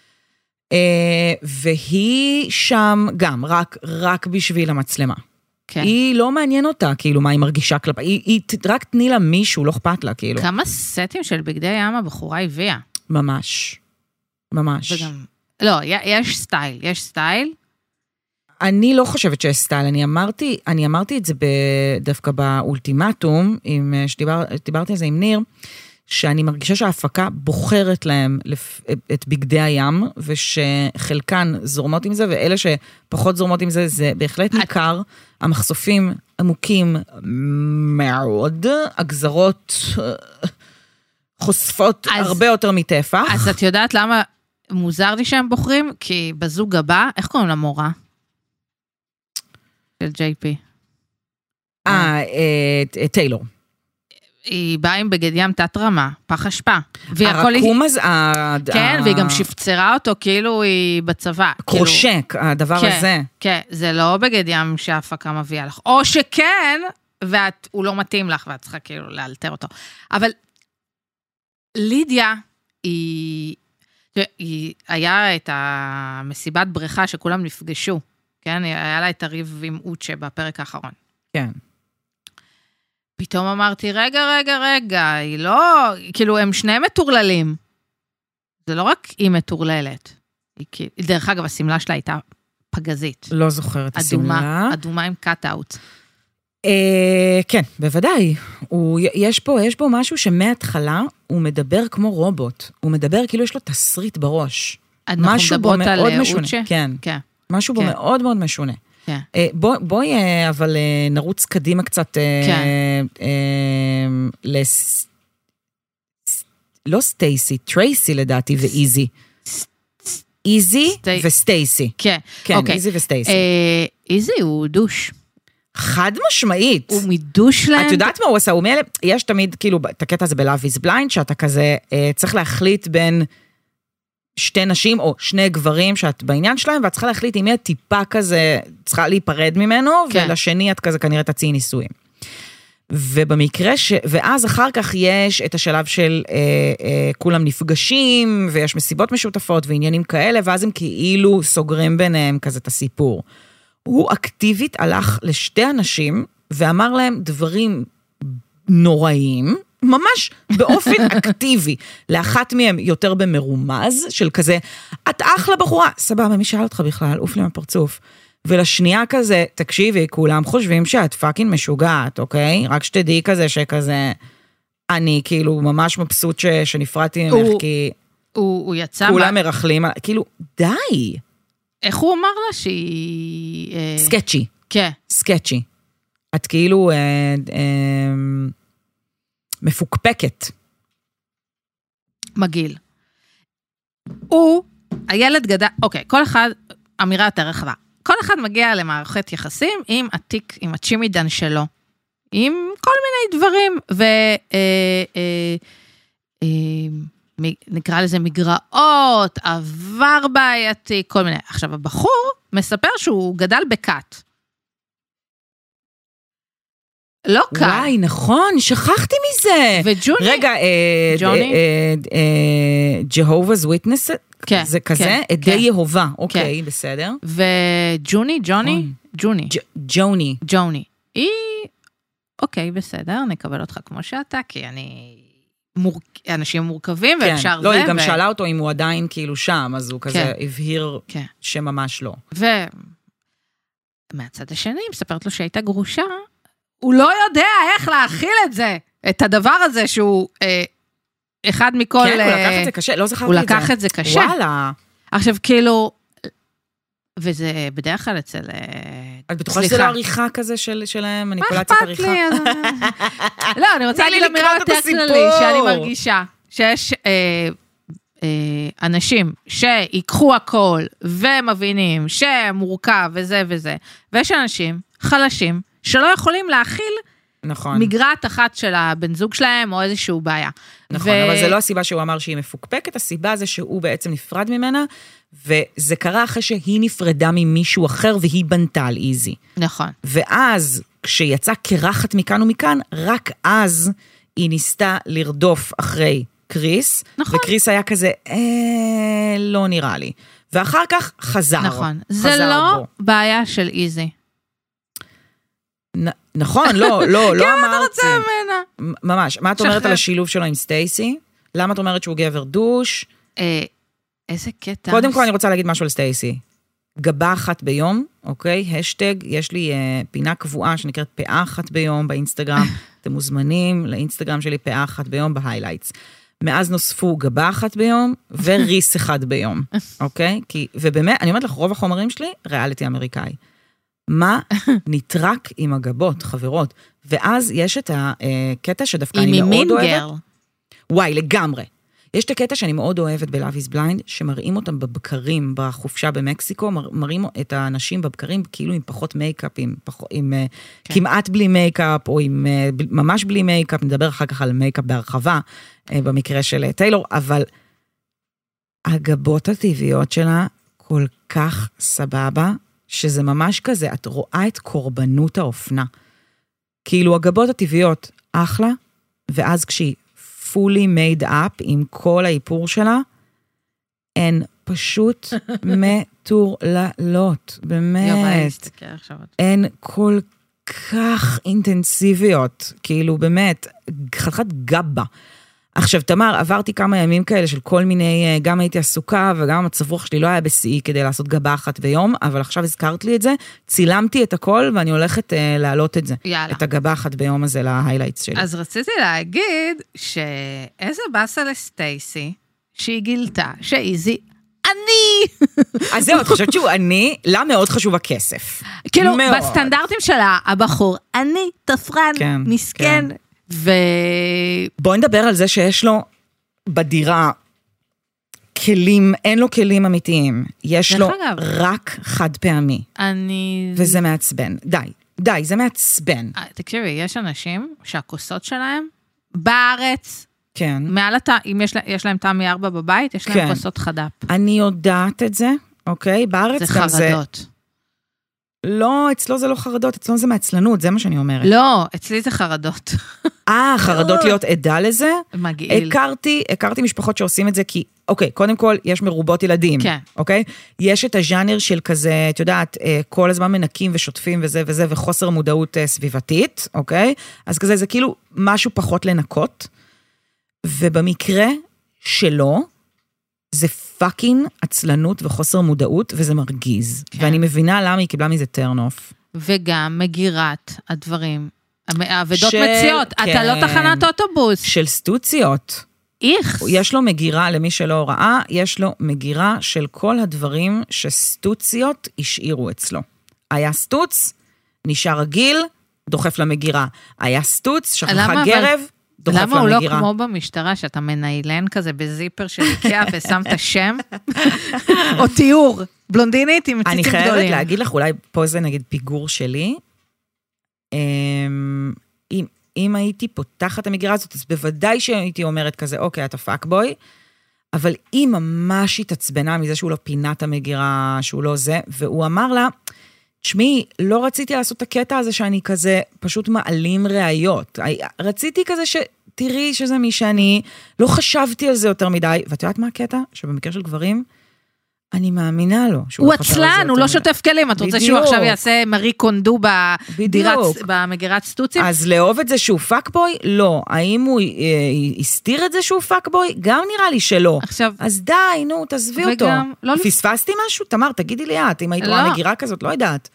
והיא שם גם, רק, רק בשביל המצלמה. כן. היא לא מעניין אותה, כאילו, מה היא מרגישה כלפי, היא, היא רק תני לה מישהו, לא אכפת לה, כאילו. כמה סטים של בגדי ים הבחורה הביאה? ממש. ממש. וגם, לא, יש סטייל, יש סטייל. אני לא חושבת שיש סטייל, אני אמרתי, אני אמרתי את זה דווקא באולטימטום, עם, שדיבר, דיברתי על זה עם ניר, שאני מרגישה שההפקה בוחרת להם את בגדי הים, ושחלקן זורמות עם זה, ואלה שפחות זורמות עם זה, זה בהחלט ניכר, המחשופים עמוקים מאוד, הגזרות חושפות אז, הרבה יותר מטפח. אז את יודעת למה מוזר לי שהם בוחרים? כי בזוג הבא, איך קוראים למורה? של ג'יי פי. אה, טיילור. היא באה עם בגד ים תת רמה, פח אשפה. הרקום הזה... כן, והיא גם שפצרה אותו כאילו היא בצבא. קרושק, הדבר הזה. כן, זה לא בגד ים שההפקה מביאה לך. או שכן, והוא לא מתאים לך, ואת צריכה כאילו לאלתר אותו. אבל לידיה, היא... היה את המסיבת בריכה שכולם נפגשו, כן? היה לה את הריב עם אוצ'ה בפרק האחרון. כן. פתאום אמרתי, רגע, רגע, רגע, היא לא, כאילו, הם שני מטורללים. זה לא רק היא מטורללת. היא, דרך אגב, הסמלה שלה הייתה פגזית. לא זוכרת הסמלה. אדומה, אדומה עם קאט-אאוט. אה, כן, בוודאי. הוא, יש פה, יש בו משהו שמההתחלה הוא מדבר כמו רובוט. הוא מדבר כאילו יש לו תסריט בראש. אנחנו מדברות על אוצ'ה? כן. כן. משהו בו כן. מאוד מאוד משונה. כן. בוא, בואי, אבל נרוץ קדימה קצת, כן. לס... לא סטייסי, טרייסי לדעתי ואיזי. איזי וסטייסי. כן, כן, אוקיי. איזי וסטייסי. איזי הוא דוש. חד משמעית. הוא מדוש להם. את יודעת מה הוא עשה? הוא מאלה, יש תמיד, כאילו, את הקטע הזה ב-Love is Blind, שאתה כזה, צריך להחליט בין שתי נשים או שני גברים שאת בעניין שלהם, ואת צריכה להחליט אם יהיה טיפה כזה, צריכה להיפרד ממנו, כן. ולשני את כזה כנראה תציעי נישואים. ובמקרה ש... ואז אחר כך יש את השלב של אה, אה, כולם נפגשים, ויש מסיבות משותפות ועניינים כאלה, ואז הם כאילו סוגרים ביניהם כזה את הסיפור. הוא אקטיבית הלך לשתי אנשים, ואמר להם דברים נוראיים, ממש באופן אקטיבי, לאחת מהם יותר במרומז, של כזה, את אחלה בחורה, סבבה, מי שאל אותך בכלל, אוף לי מהפרצוף, ולשנייה כזה, תקשיבי, כולם חושבים שאת פאקינג משוגעת, אוקיי? רק שתדעי כזה, שכזה, אני כאילו ממש מבסוט ש, שנפרדתי ממך, כי הוא, הוא יצא כולם מה... מרחלים, כאילו, די. איך הוא אמר לה שהיא... סקצ'י. כן. סקצ'י. את כאילו... אה, אה, מפוקפקת. מגיל. הוא, הילד גדל, אוקיי, כל אחד, אמירה יותר רחבה, כל אחד מגיע למערכת יחסים עם התיק, עם הצ'ימידן שלו, עם כל מיני דברים, ו... אה, אה, אה, נקרא לזה מגרעות, עבר בעייתי, כל מיני. עכשיו, הבחור מספר שהוא גדל בקאט. לא קל. וואי, נכון, שכחתי מזה. וג'וני? רגע, ג'וני? Jehovah's Witness? כן. זה כזה? עדי יהובה. אוקיי, בסדר. וג'וני, ג'וני? ג'וני. ג'וני. ג'וני. היא, אוקיי, בסדר, נקבל אותך כמו שאתה, כי אני... אנשים מורכבים ואפשר זה. לא, היא גם שאלה אותו אם הוא עדיין כאילו שם, אז הוא כזה הבהיר שממש לא. ומהצד השני, מספרת לו שהייתה גרושה, הוא לא יודע איך להכיל את זה, את הדבר הזה שהוא אה, אחד מכל... כן, הוא לקח את זה קשה, לא זכרתי את זה. הוא לקח את זה קשה. וואלה. עכשיו, כאילו, וזה בדרך כלל אצל... את בטוחה שזה לא עריכה כזה שלהם, מניפולציית עריכה? מה אכפת לי? לא, אני רוצה להגיד אמירה יותר כללי, שאני מרגישה שיש אה, אה, אנשים שיקחו הכל, ומבינים שמורכב וזה וזה, ויש אנשים חלשים, שלא יכולים להכיל נכון. מגרעת אחת של הבן זוג שלהם, או איזשהו בעיה. נכון, ו... אבל זה לא הסיבה שהוא אמר שהיא מפוקפקת, הסיבה זה שהוא בעצם נפרד ממנה, וזה קרה אחרי שהיא נפרדה ממישהו אחר, והיא בנתה על איזי. נכון. ואז, כשיצא קרחת מכאן ומכאן, רק אז היא ניסתה לרדוף אחרי קריס, נכון. וקריס היה כזה, אה, לא נראה לי. ואחר כך חזר. נכון. זה לא בו. בעיה של איזי. נכון, לא, לא, לא אמרתי. כמה אתה רוצה ממנה? ממש. מה את אומרת על השילוב שלו עם סטייסי? למה את אומרת שהוא גבר דוש? איזה קטע. קודם כל אני רוצה להגיד משהו על סטייסי. גבה אחת ביום, אוקיי? השטג, יש לי פינה קבועה שנקראת פאה אחת ביום באינסטגרם. אתם מוזמנים לאינסטגרם שלי פאה אחת ביום בהיילייטס. מאז נוספו גבה אחת ביום וריס אחד ביום, אוקיי? ובאמת, אני אומרת לך, רוב החומרים שלי, ריאליטי אמריקאי. מה נטרק עם הגבות, חברות? ואז יש את הקטע שדווקא אני מאוד אוהבת. וואי, לגמרי. יש את הקטע שאני מאוד אוהבת ב-Love is Blind, שמראים אותם בבקרים, בחופשה במקסיקו, מראים את האנשים בבקרים כאילו עם פחות מייקאפ, עם, פחות, עם כן. כמעט בלי מייקאפ, או עם ממש בלי מייקאפ, נדבר אחר כך על מייקאפ בהרחבה, במקרה של טיילור, אבל הגבות הטבעיות שלה כל כך סבבה, שזה ממש כזה, את רואה את קורבנות האופנה. כאילו הגבות הטבעיות אחלה, ואז כשהיא fully made up עם כל האיפור שלה, הן פשוט מטורללות, באמת. הן כל כך אינטנסיביות, כאילו באמת, חתיכת גבה. עכשיו, תמר, עברתי כמה ימים כאלה של כל מיני, גם הייתי עסוקה, וגם המצב רוח שלי לא היה בשיאי כדי לעשות גבה אחת ביום, אבל עכשיו הזכרת לי את זה, צילמתי את הכל, ואני הולכת אה, להעלות את זה. יאללה. את הגבה אחת ביום הזה להיילייטס שלי. אז רציתי להגיד, שאיזה באסה לסטייסי, שהיא גילתה, שאיזי, אני! אז זהו, את חושבת שהוא אני, לה מאוד חשוב הכסף. כאילו, מאוד. בסטנדרטים שלה, הבחור, אני, תפרן, כן, מסכן, כן. ו... בואי נדבר על זה שיש לו בדירה כלים, אין לו כלים אמיתיים. יש לו אגב. רק חד פעמי. אני... וזה מעצבן. די, די, זה מעצבן. תקשיבי, יש אנשים שהכוסות שלהם בארץ, כן. מעל התא, אם יש, יש להם תא מארבע בבית, יש להם כן. כוסות חד"פ. אני יודעת את זה, אוקיי? בארץ זה גם חרדות. זה... לא, אצלו זה לא חרדות, אצלו זה מעצלנות, זה מה שאני אומרת. לא, אצלי זה חרדות. אה, חרדות להיות עדה לזה? מגעיל. הכרתי, הכרתי משפחות שעושים את זה, כי, אוקיי, קודם כל, יש מרובות ילדים. כן. אוקיי? יש את הז'אנר של כזה, את יודעת, כל הזמן מנקים ושוטפים וזה וזה, וחוסר מודעות סביבתית, אוקיי? אז כזה, זה כאילו משהו פחות לנקות, ובמקרה שלו, זה פאקינג עצלנות וחוסר מודעות, וזה מרגיז. כן. ואני מבינה למה היא קיבלה מזה טרנוף. וגם מגירת הדברים. העבדות מציאות. כן. אתה לא תחנת אוטובוס. של סטוציות. איך? יש לו מגירה, למי שלא ראה, יש לו מגירה של כל הדברים שסטוציות השאירו אצלו. היה סטוץ, נשאר רגיל, דוחף למגירה. היה סטוץ, שכחה גרב, דוחף למגירה. למה הוא לא כמו במשטרה, שאתה מניילן כזה בזיפר של איקאה, ושם את השם? או תיאור, בלונדינית עם ציצים גדולים. אני חייבת להגיד לך, אולי פה זה נגיד פיגור שלי, אם, אם הייתי פותחת המגירה הזאת, אז בוודאי שהייתי אומרת כזה, אוקיי, אתה פאקבוי, אבל היא ממש התעצבנה מזה שהוא לא פינת המגירה, שהוא לא זה, והוא אמר לה, תשמעי, לא רציתי לעשות את הקטע הזה שאני כזה פשוט מעלים ראיות. רציתי כזה שתראי שזה מי שאני, לא חשבתי על זה יותר מדי, ואת יודעת מה הקטע? שבמקרה של גברים, אני מאמינה לו. הוא עצלן, הוא לא שוטף כלים, את רוצה שהוא עכשיו יעשה מרי קונדו במגירת סטוצים? אז לאהוב את זה שהוא פאקבוי? לא. האם הוא הסתיר את זה שהוא פאקבוי? גם נראה לי שלא. אז די, נו, תעזבי אותו. פספסתי משהו? תמר, תגידי לי את, אם היית רואה מגירה כזאת, לא יודעת.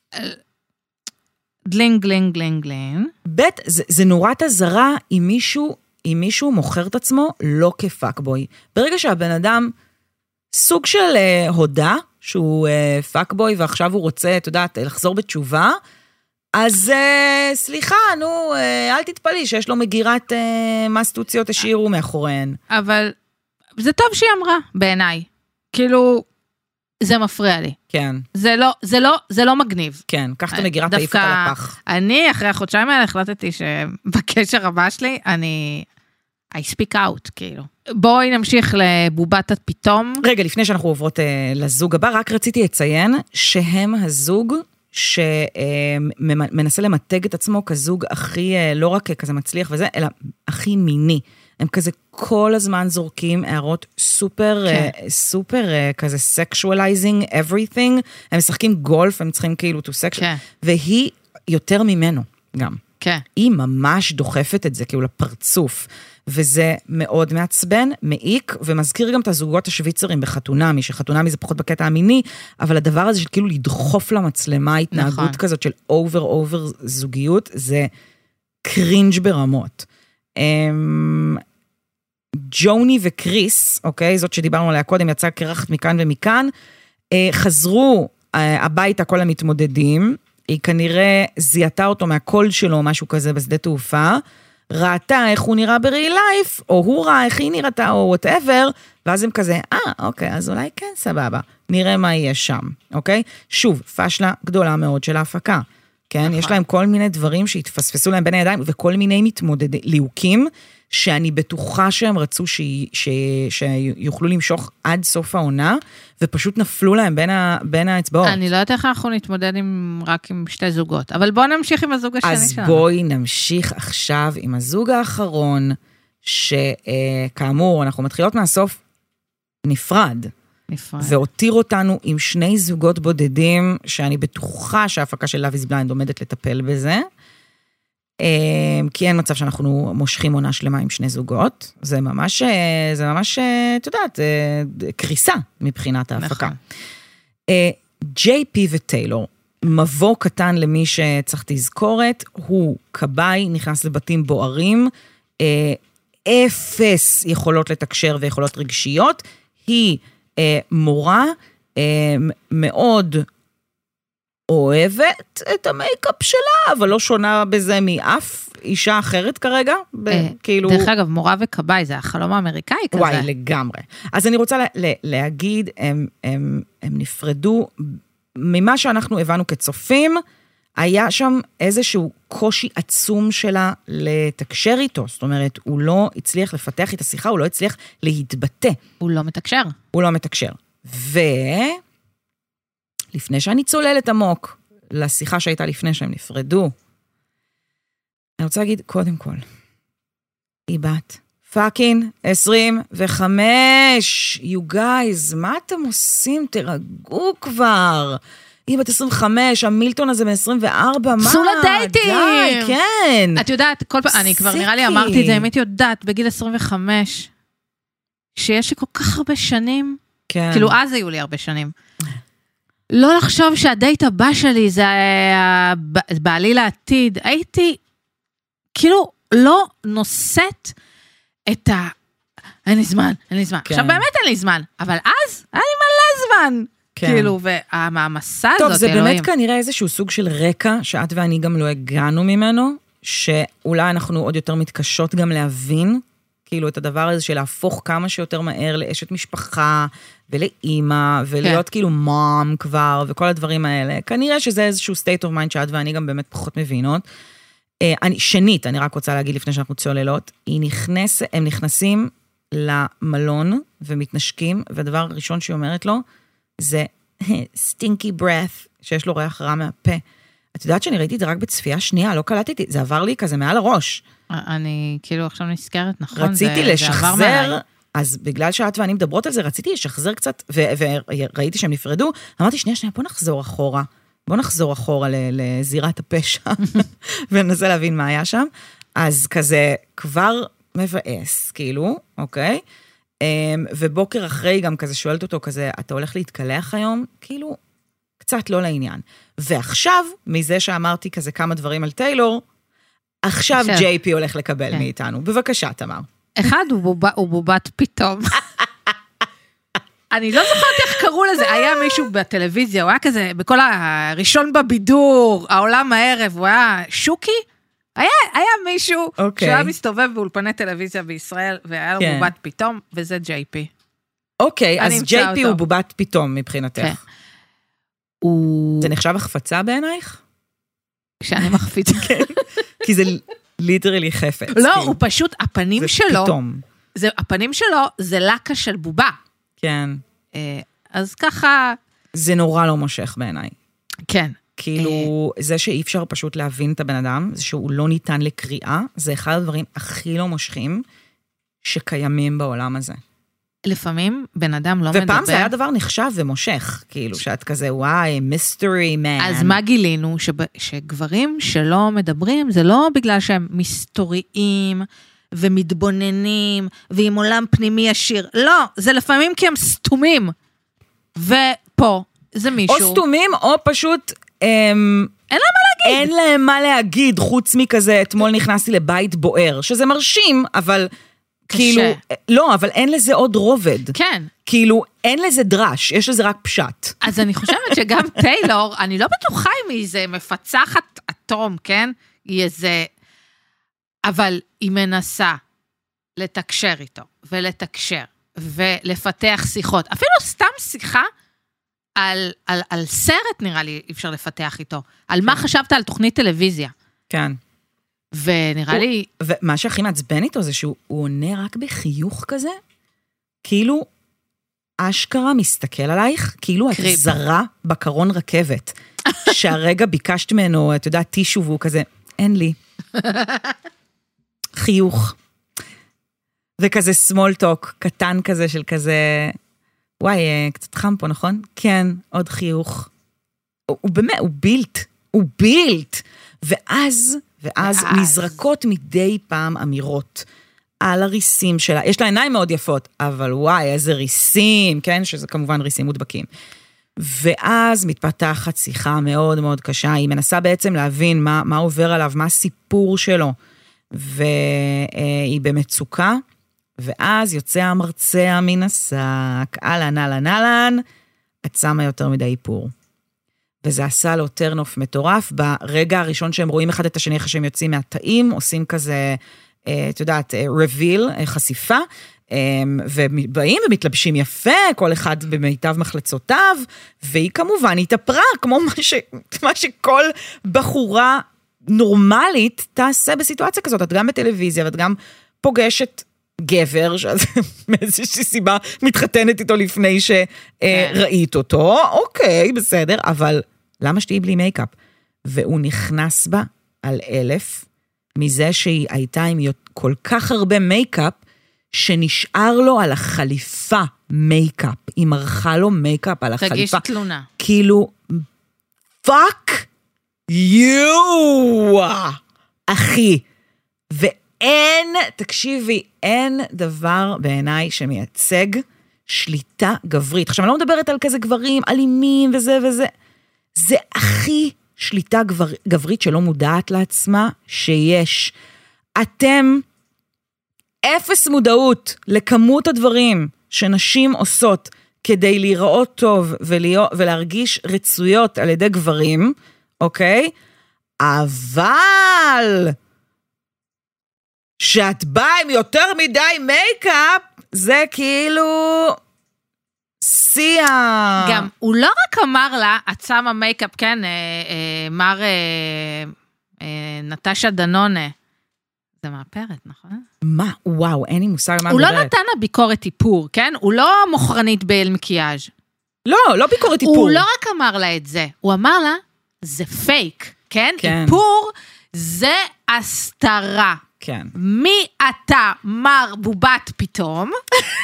גלינג, גלינג, גלינג, גלינג. בית, זה נורת הזרה אם מישהו, אם מישהו מוכר את עצמו לא כפאקבוי. ברגע שהבן אדם סוג של uh, הודע, שהוא uh, פאקבוי, ועכשיו הוא רוצה, את יודעת, לחזור בתשובה, אז uh, סליחה, נו, uh, אל תתפלי, שיש לו מגירת uh, מסטוציות השאירו מאחוריהן. אבל זה טוב שהיא אמרה, בעיניי. כאילו, זה מפריע לי. כן. זה לא, זה לא, זה לא מגניב. כן, קח את המגירה, תעיף אותה לפח. אני, אחרי החודשיים האלה, החלטתי שבקשר הבא שלי, אני... I speak out, כאילו. בואי נמשיך לבובת הפתאום. רגע, לפני שאנחנו עוברות uh, לזוג הבא, רק רציתי לציין שהם הזוג שמנסה למתג את עצמו כזוג הכי, uh, לא רק כזה מצליח וזה, אלא הכי מיני. הם כזה כל הזמן זורקים הערות סופר, כן. uh, סופר uh, כזה sexualizing everything. הם משחקים גולף, הם צריכים כאילו to sexual. כן. והיא יותר ממנו גם. כן. היא ממש דוחפת את זה, כאילו לפרצוף. וזה מאוד מעצבן, מעיק, ומזכיר גם את הזוגות השוויצרים בחתונמי, שחתונמי זה פחות בקטע המיני, אבל הדבר הזה של כאילו לדחוף למצלמה, התנהגות נכון. כזאת של אובר אובר זוגיות, זה קרינג' ברמות. ג'וני וקריס, אוקיי, זאת שדיברנו עליה קודם, יצאה קרחת מכאן ומכאן, חזרו הביתה כל המתמודדים, היא כנראה זיהתה אותו מהקול שלו, משהו כזה בשדה תעופה, ראתה איך הוא נראה ב-real life, או הוא ראה איך היא נראתה, או whatever, ואז הם כזה, אה, אוקיי, אז אולי כן סבבה, נראה מה יהיה שם, אוקיי? שוב, פשלה גדולה מאוד של ההפקה, כן? יש להם כל מיני דברים שהתפספסו להם בין הידיים, וכל מיני מתמודדי, ליהוקים, שאני בטוחה שהם רצו ש... ש... שיוכלו למשוך עד סוף העונה, ופשוט נפלו להם בין, ה... בין האצבעות. אני לא יודעת איך אנחנו נתמודד עם... רק עם שתי זוגות, אבל בואו נמשיך עם הזוג השני שלנו. אז בואי נמשיך עכשיו עם הזוג האחרון, שכאמור, אנחנו מתחילות מהסוף נפרד. נפרד. והותיר אותנו עם שני זוגות בודדים, שאני בטוחה שההפקה של Love is Blind עומדת לטפל בזה, כי אין מצב שאנחנו מושכים עונה שלמה עם שני זוגות, זה ממש, זה ממש, את יודעת, קריסה מבחינת ההפקה. ג'יי פי וטיילור, מבוא קטן למי שצריך תזכורת, הוא קבאי, נכנס לבתים בוערים, אפס יכולות לתקשר ויכולות רגשיות, היא מורה מאוד אוהבת את המייקאפ שלה, אבל לא שונה בזה מאף אישה אחרת כרגע. כאילו... דרך אגב, מורה וקבאי, זה החלום האמריקאי כזה. וואי, לגמרי. אז אני רוצה להגיד, הם, הם, הם נפרדו, ממה שאנחנו הבנו כצופים, היה שם איזשהו קושי עצום שלה לתקשר איתו, זאת אומרת, הוא לא הצליח לפתח את השיחה, הוא לא הצליח להתבטא. הוא לא מתקשר. הוא לא מתקשר. ו... לפני שאני צוללת עמוק לשיחה שהייתה לפני שהם נפרדו, אני רוצה להגיד, קודם כל, היא בת פאקינג עשרים וחמש, you guys, מה אתם עושים? תרגעו כבר. היא בת עשרים וחמש, המילטון הזה ב-עשרים וארבע, מה? צאו לדייטים! די, כן. את יודעת, כל פעם, אני כבר נראה לי אמרתי את זה, אם הייתי יודעת, בגיל עשרים וחמש, שיש לי כל כך הרבה שנים, כן. כאילו אז היו לי הרבה שנים, לא לחשוב שהדייט הבא שלי זה בעלי לעתיד, הייתי כאילו לא נושאת את ה... אין לי זמן, אין לי זמן. כן. עכשיו באמת אין לי זמן, אבל אז היה לי מלא זמן. כן. כאילו, והמסע הזאת, טוב, זה אלוהים. באמת כנראה איזשהו סוג של רקע, שאת ואני גם לא הגענו ממנו, שאולי אנחנו עוד יותר מתקשות גם להבין, כאילו את הדבר הזה של להפוך כמה שיותר מהר לאשת משפחה, ולאימא, ולהיות כן. כאילו מום כבר, וכל הדברים האלה. כנראה שזה איזשהו state of mind שאת ואני גם באמת פחות מבינות. אני, שנית, אני רק רוצה להגיד לפני שאנחנו צוללות, היא נכנס, הם נכנסים למלון ומתנשקים, והדבר הראשון שהיא אומרת לו, זה stinky breath, שיש לו ריח רע מהפה. את יודעת שאני ראיתי את זה רק בצפייה שנייה, לא קלטתי, זה עבר לי כזה מעל הראש. אני כאילו עכשיו נזכרת, נכון? רציתי זה, לשחזר, זה אז בגלל שאת ואני מדברות על זה, רציתי לשחזר קצת, וראיתי שהם נפרדו, אמרתי, שנייה, שנייה, בוא נחזור אחורה, בוא נחזור אחורה לזירת הפשע, וננסה להבין מה היה שם. אז כזה כבר מבאס, כאילו, אוקיי? ובוקר אחרי גם כזה שואלת אותו כזה, אתה הולך להתקלח היום? כאילו, קצת לא לעניין. ועכשיו, מזה שאמרתי כזה כמה דברים על טיילור, עכשיו ג'יי פי הולך לקבל מאיתנו. בבקשה, תמר. אחד הוא בובת פתאום. אני לא זוכרת איך קראו לזה, היה מישהו בטלוויזיה, הוא היה כזה, בכל הראשון בבידור, העולם הערב, הוא היה שוקי, היה, היה מישהו okay. שהיה מסתובב באולפני טלוויזיה בישראל, והיה לו כן. בובת פתאום, וזה ג'יי פי. אוקיי, okay, אז ג'יי פי הוא בובת פתאום מבחינתך. כן. הוא... זה נחשב החפצה בעינייך? כשאני מחפיצה. כן, כי זה ליטרלי חפץ. לא, הוא פשוט, הפנים שלו, זה פתאום. זה, הפנים שלו זה לקה של בובה. כן. אז ככה... זה נורא לא מושך בעיניי. כן. כאילו, זה שאי אפשר פשוט להבין את הבן אדם, זה שהוא לא ניתן לקריאה, זה אחד הדברים הכי לא מושכים שקיימים בעולם הזה. לפעמים בן אדם לא מדבר. ופעם זה היה דבר נחשב ומושך, כאילו, שאת כזה, וואי, מיסטרי מן. אז מה גילינו? שגברים שלא מדברים, זה לא בגלל שהם מסתוריים ומתבוננים, ועם עולם פנימי ישיר. לא, זה לפעמים כי הם סתומים. ופה, זה מישהו. או סתומים, או פשוט... אין להם מה להגיד. אין להם מה להגיד, חוץ מכזה, אתמול נכנסתי לבית בוער, שזה מרשים, אבל כאילו, לא, אבל אין לזה עוד רובד. כן. כאילו, אין לזה דרש, יש לזה רק פשט. אז אני חושבת שגם טיילור, אני לא בטוחה אם היא איזה מפצחת אטום, כן? היא איזה... אבל היא מנסה לתקשר איתו, ולתקשר, ולפתח שיחות. אפילו סתם שיחה על, על, על סרט, נראה לי, אפשר לפתח איתו. על מה חשבת על תוכנית טלוויזיה. כן. ונראה לי... ומה שהכי מעצבן איתו זה שהוא עונה רק בחיוך כזה, כאילו אשכרה מסתכל עלייך, כאילו את זרה בקרון רכבת, שהרגע ביקשת ממנו, אתה יודע, טישו והוא כזה, אין לי. חיוך. וכזה small talk, קטן כזה של כזה, וואי, קצת חם פה, נכון? כן, עוד חיוך. הוא, הוא באמת, הוא בילט, הוא בילט. ואז, ואז נזרקות מדי פעם אמירות על הריסים שלה. יש לה עיניים מאוד יפות, אבל וואי, איזה ריסים, כן? שזה כמובן ריסים מודבקים. ואז מתפתחת שיחה מאוד מאוד קשה, היא מנסה בעצם להבין מה, מה עובר עליו, מה הסיפור שלו, והיא במצוקה, ואז יוצא המרצע מן השק, אהלן, אהלן, אהלן, את שמה יותר מדי איפור. וזה עשה לו טרנוף מטורף, ברגע הראשון שהם רואים אחד את השני, אחרי שהם יוצאים מהתאים, עושים כזה, את יודעת, reveal, חשיפה, ובאים ומתלבשים יפה, כל אחד במיטב מחלצותיו, והיא כמובן התאפרה, כמו מה, ש, מה שכל בחורה נורמלית תעשה בסיטואציה כזאת, את גם בטלוויזיה, ואת גם פוגשת גבר, שאז מאיזושהי סיבה מתחתנת איתו לפני שראית אותו, אוקיי, בסדר, אבל למה שתהי בלי מייקאפ? והוא נכנס בה על אלף, מזה שהיא הייתה עם כל כך הרבה מייקאפ, שנשאר לו על החליפה מייקאפ, היא מרחה לו מייקאפ על החליפה. תגיש תלונה. כאילו, fuck you, אחי. ואין, תקשיבי, אין דבר בעיניי שמייצג שליטה גברית. עכשיו, אני לא מדברת על כזה גברים אלימים וזה וזה. זה הכי שליטה גבר, גברית שלא מודעת לעצמה שיש. אתם... אפס מודעות לכמות הדברים שנשים עושות כדי להיראות טוב ולהרגיש רצויות על ידי גברים, אוקיי? אבל שאת באה עם יותר מדי מייקאפ, זה כאילו שיח. גם הוא לא רק אמר לה, את שמה מייקאפ, כן, אה, אה, מר אה, אה, נטשה דנונה, זה מאפרת, נכון? מה? וואו, אין לי מושג מה הוא מדברת. לא נתן לה ביקורת איפור, כן? הוא לא מוכרנית באל-מקיאז'. לא, לא ביקורת איפור. הוא לא רק אמר לה את זה, הוא אמר לה, זה פייק, כן? כן. איפור זה הסתרה. כן. מי אתה, מר בובת פתאום?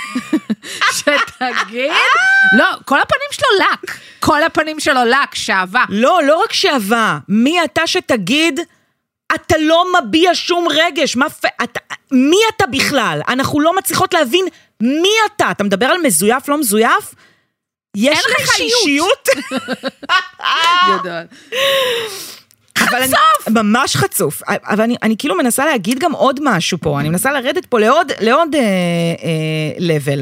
שתגיד? לא, כל הפנים שלו לק. כל הפנים שלו לק, שעבה. לא, לא רק שעבה. מי אתה שתגיד... אתה לא מביע שום רגש, מה, אתה, מי אתה בכלל? אנחנו לא מצליחות להבין מי אתה. אתה מדבר על מזויף, לא מזויף? יש לך אישיות? גדול. חצוף! ממש חצוף. אבל אני, אני כאילו מנסה להגיד גם עוד משהו פה. אני מנסה לרדת פה לעוד, לעוד אה, אה, level.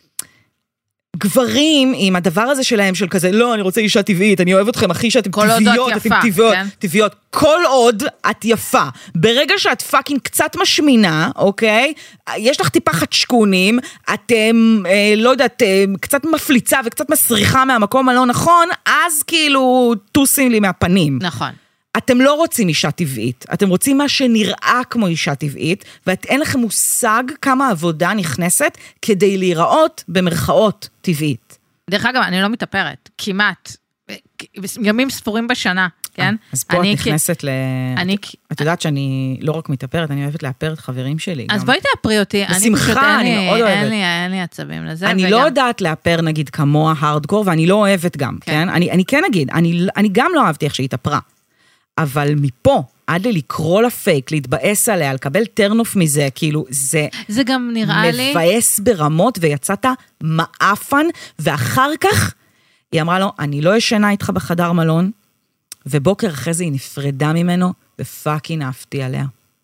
גברים עם הדבר הזה שלהם של כזה, לא, אני רוצה אישה טבעית, אני אוהב אתכם, אחי, שאתם טבעיות, אתם טבעיות, טבעיות, כל עוד את יפה. ברגע שאת פאקינג קצת משמינה, אוקיי? יש לך טיפה חדשקונים, אתם, אה, לא יודעת, אה, קצת מפליצה וקצת מסריחה מהמקום הלא נכון, אז כאילו טוסים לי מהפנים. נכון. אתם לא רוצים אישה טבעית, אתם רוצים מה שנראה כמו אישה טבעית, ואין לכם מושג כמה עבודה נכנסת כדי להיראות במרכאות טבעית. דרך אגב, אני לא מתאפרת, כמעט, ימים ספורים בשנה, כן? אז פה את נכנסת ל... את יודעת שאני לא רק מתאפרת, אני אוהבת לאפר את חברים שלי. אז בואי תאפרי אותי, בשמחה, אני מאוד אוהבת. אין לי עצבים לזה. אני לא יודעת לאפר נגיד כמוה הארדקור, ואני לא אוהבת גם, כן? אני כן אגיד, אני גם לא אהבתי איך שהיא התאפרה. אבל מפה, עד ללקרוא לפייק, להתבאס עליה, לקבל טרנוף מזה, כאילו, זה... זה גם נראה לי... מבאס ברמות, ויצאת מאפן, ואחר כך, היא אמרה לו, אני לא ישנה איתך בחדר מלון, ובוקר אחרי זה היא נפרדה ממנו, ופאקינג אהבתי עליה.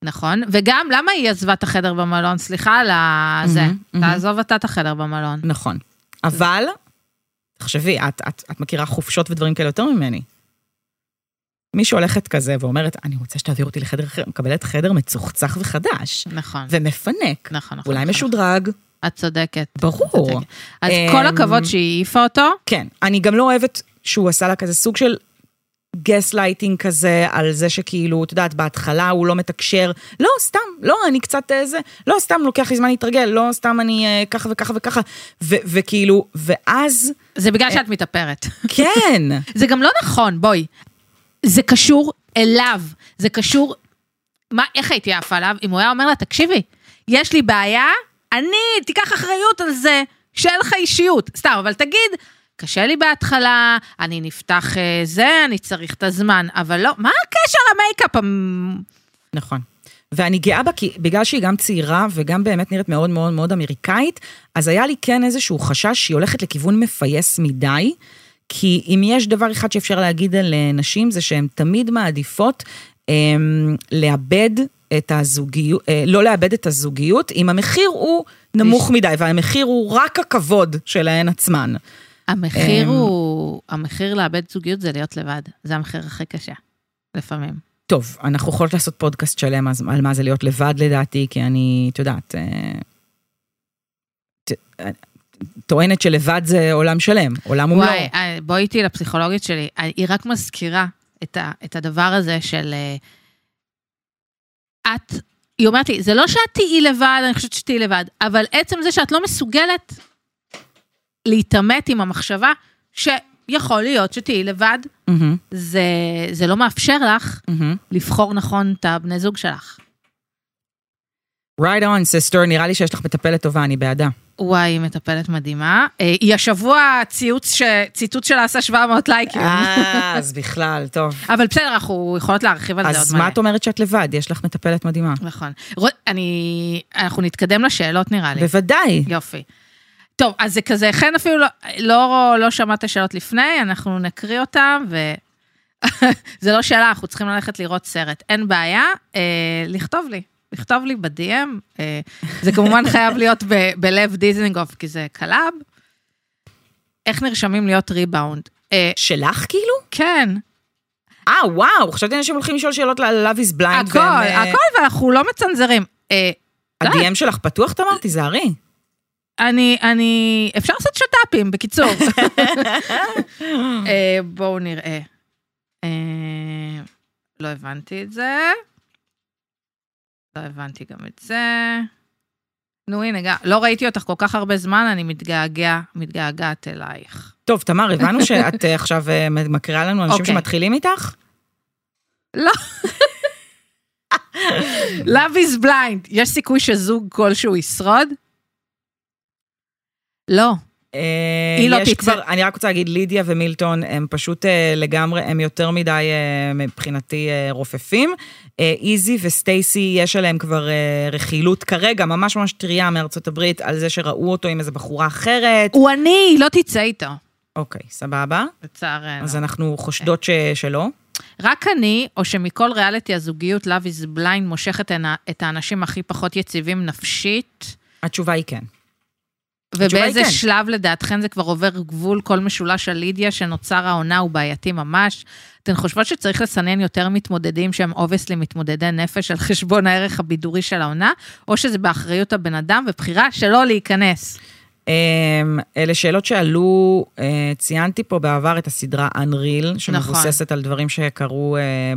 נכון, וגם למה היא עזבה את החדר במלון? סליחה על זה, תעזוב אתה את החדר במלון. נכון, אבל, תחשבי, את, את, את מכירה חופשות ודברים כאלה יותר ממני. מי שהולכת כזה ואומרת, אני רוצה שתעביר אותי לחדר אחר, מקבלת חדר מצוחצח וחדש. נכון. ומפנק. נכון, נכון. אולי נכון. משודרג. את צודקת. ברור. צודקת. אז כל הכבוד שהיא העיפה אותו. כן, אני גם לא אוהבת שהוא עשה לה כזה סוג של גס לייטינג כזה, על זה שכאילו, את יודעת, בהתחלה הוא לא מתקשר, לא, סתם, לא, אני קצת זה, לא, סתם לוקח לי זמן להתרגל, לא, סתם אני ככה וככה וככה, וכאילו, ואז... זה בגלל שאת מתאפרת. כן. זה גם לא נכון, בואי. זה קשור אליו, זה קשור, מה, איך הייתי עפה עליו, אם הוא היה אומר לה, תקשיבי, יש לי בעיה, אני, תיקח אחריות על זה, שאין לך אישיות, סתם, אבל תגיד, קשה לי בהתחלה, אני נפתח זה, אני צריך את הזמן, אבל לא, מה הקשר המייקאפ? נכון. ואני גאה בה, כי בגלל שהיא גם צעירה, וגם באמת נראית מאוד מאוד מאוד אמריקאית, אז היה לי כן איזשהו חשש שהיא הולכת לכיוון מפייס מדי, כי אם יש דבר אחד שאפשר להגיד על נשים, זה שהן תמיד מעדיפות הם, לאבד את הזוגיות, לא לאבד את הזוגיות, אם המחיר הוא נמוך מדי, והמחיר הוא רק הכבוד שלהן עצמן. המחיר הוא, המחיר לאבד זוגיות זה להיות לבד, זה המחיר הכי קשה, לפעמים. טוב, אנחנו יכולות לעשות פודקאסט שלם על מה זה להיות לבד לדעתי, כי אני, את יודעת, טוענת שלבד זה עולם שלם, עולם ומלואו. וואי, בואי איתי לפסיכולוגית שלי, היא רק מזכירה את, ה, את הדבר הזה של, את, היא אומרת לי, זה לא שאת תהיי לבד, אני חושבת שתהיי לבד, אבל עצם זה שאת לא מסוגלת להתאמת עם המחשבה, שיכול להיות שתהיי לבד, mm-hmm. זה, זה לא מאפשר לך mm-hmm. לבחור נכון את הבני זוג שלך. Right on, sister, נראה לי שיש לך מטפלת טובה, אני בעדה. וואי, היא מטפלת מדהימה. היא השבוע ציוץ ש... ציטוט שלה עשה שבע מאות לייקים. אה, אז בכלל, טוב. אבל בסדר, אנחנו יכולות להרחיב על זה עוד מלא. אז מה את אומרת שאת לבד? יש לך מטפלת מדהימה. נכון. אני... אנחנו נתקדם לשאלות נראה לי. בוודאי. יופי. טוב, אז זה כזה, כן אפילו לא, לא, לא שמעת השאלות לפני, אנחנו נקריא אותם, ו... זה לא שאלה, אנחנו צריכים ללכת לראות סרט. אין בעיה, אה, לכתוב לי. לכתוב לי ב-די אם, אה, זה כמובן חייב להיות ב- בלב דיזנגוף, כי זה קלאב. איך נרשמים להיות ריבאונד? אה, שלך כאילו? כן. אה, וואו, חשבתי אנשים הולכים לשאול שאלות ל-Love is Blind. הכל, והם, הכל, ואנחנו לא מצנזרים. אה, ה-די אם שלך פתוח, תאמרתי, זה הרי. אני, אני, אפשר לעשות שטאפים, בקיצור. אה, בואו נראה. אה, לא הבנתי את זה. לא הבנתי גם את זה. נו, הנה, לא ראיתי אותך כל כך הרבה זמן, אני מתגעגע, מתגעגעת אלייך. טוב, תמר, הבנו שאת עכשיו מקריאה לנו אנשים שמתחילים איתך? לא. Love is blind. יש סיכוי שזוג כלשהו ישרוד? לא. היא לא תצא. אני רק רוצה להגיד, לידיה ומילטון, הם פשוט לגמרי, הם יותר מדי מבחינתי רופפים. איזי וסטייסי, יש עליהם כבר רכילות כרגע, ממש ממש טריה מארצות הברית, על זה שראו אותו עם איזו בחורה אחרת. הוא אני, לא תצא איתו. אוקיי, סבבה. לצערנו. אז אנחנו חושדות שלא. רק אני, או שמכל ריאליטי הזוגיות, Love is Blind, מושכת את האנשים הכי פחות יציבים נפשית? התשובה היא כן. ובאיזה שלב לדעתכן זה כבר עובר גבול כל משולש על לידיה שנוצר העונה הוא בעייתי ממש. אתן חושבות שצריך לסנן יותר מתמודדים שהם אובייסלי מתמודדי נפש על חשבון הערך הבידורי של העונה, או שזה באחריות הבן אדם ובחירה שלא להיכנס? אלה שאלות שעלו, ציינתי פה בעבר את הסדרה Unreal, שמבוססת על דברים שקרו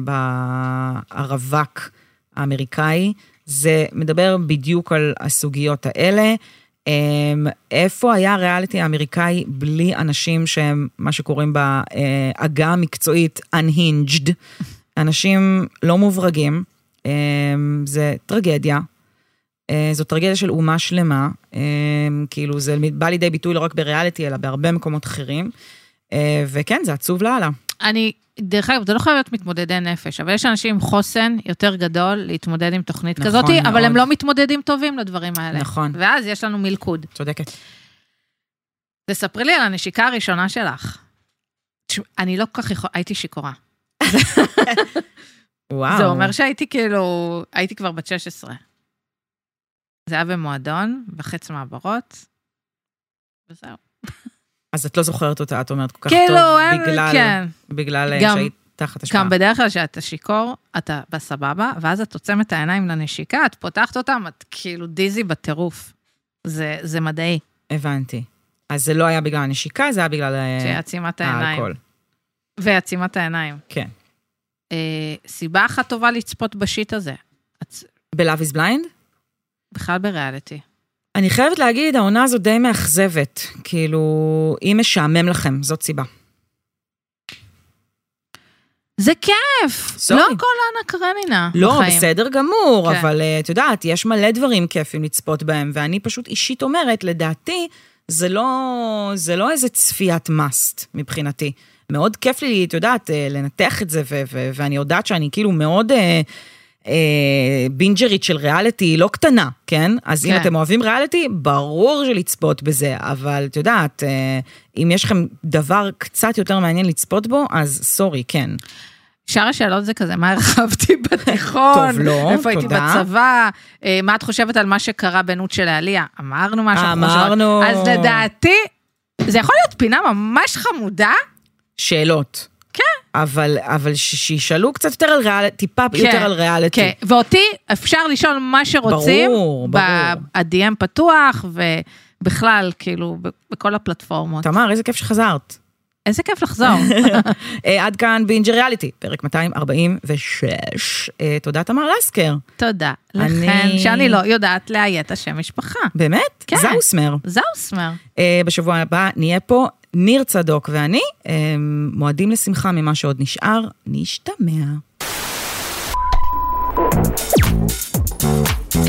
בערווק האמריקאי. זה מדבר בדיוק על הסוגיות האלה. איפה היה הריאליטי האמריקאי בלי אנשים שהם, מה שקוראים בהגה המקצועית, unhinged, אנשים לא מוברגים, זה טרגדיה, זו טרגדיה של אומה שלמה, כאילו זה בא לידי ביטוי לא רק בריאליטי, אלא בהרבה מקומות אחרים, וכן, זה עצוב להלאה. אני, דרך אגב, זה לא חייב להיות מתמודדי נפש, אבל יש אנשים עם חוסן יותר גדול להתמודד עם תוכנית נכון, כזאת, מאוד. אבל הם לא מתמודדים טובים לדברים האלה. נכון. ואז יש לנו מלכוד. צודקת. תספרי לי על הנשיקה הראשונה שלך. אני לא כל כך יכול, הייתי שיקורה. וואו. זה אומר שהייתי כאילו, הייתי כבר בת שש עשרה. זה היה במועדון, בחץ מעברות, וזהו. אז את לא זוכרת אותה, את אומרת כל כך כאילו, טוב, אין, בגלל, כן. בגלל גם, שהיית תחת השפעה. גם בדרך כלל שאתה שיקור, אתה בסבבה, ואז את עוצם את העיניים לנשיקה, את פותחת אותם, את כאילו דיזי בטירוף. זה, זה מדעי. הבנתי. אז זה לא היה בגלל הנשיקה, זה היה בגלל שעצימת העיניים. האלכוהול. ועצימת העיניים. כן. אה, סיבה אחת טובה לצפות בשיט הזה. את... ב-Love is Blind? בכלל בריאליטי. אני חייבת להגיד, העונה הזו די מאכזבת. כאילו, אם משעמם לכם, זאת סיבה. זה כיף. סורי. לא הכל אנה קרנינה. לא, בחיים. בסדר גמור, כן. אבל את יודעת, יש מלא דברים כיפים לצפות בהם, ואני פשוט אישית אומרת, לדעתי, זה לא, זה לא איזה צפיית מאסט מבחינתי. מאוד כיף לי, את יודעת, לנתח את זה, ו- ו- ואני יודעת שאני כאילו מאוד אה, אה, בינג'רית של ריאליטי, לא קטנה, כן? אז כן. אם אתם אוהבים ריאליטי, ברור שלצפות בזה, אבל את יודעת, אה, אם יש לכם דבר קצת יותר מעניין לצפות בו, אז סורי, כן. שאר השאלות זה כזה, מה הרחבתי בתיכון? טוב, לא, איפה הייתי תודה. בצבא? מה את חושבת על מה שקרה בנות של העלייה? אמרנו משהו. אמרנו. אז לדעתי, זה יכול להיות פינה ממש חמודה. שאלות. כן. אבל, אבל שישאלו קצת יותר על ריאליטי, טיפה כן, יותר על ריאליטי. כן, ואותי אפשר לשאול מה שרוצים. ברור, ברור. ב-די אם פתוח, ובכלל, כאילו, בכל הפלטפורמות. תמר, איזה כיף שחזרת. איזה כיף לחזור. עד כאן בינג' ריאליטי, פרק מאתיים ארבעים ושש. תודה תמר לסקר. תודה לכן, שאני לא יודעת להיית השם משפחה. באמת? כן. זאוסמר. זאוסמר. בשבוע הבא נהיה פה ניר צדוק ואני, מועדים לשמחה ממה שעוד נשאר, נשתמע.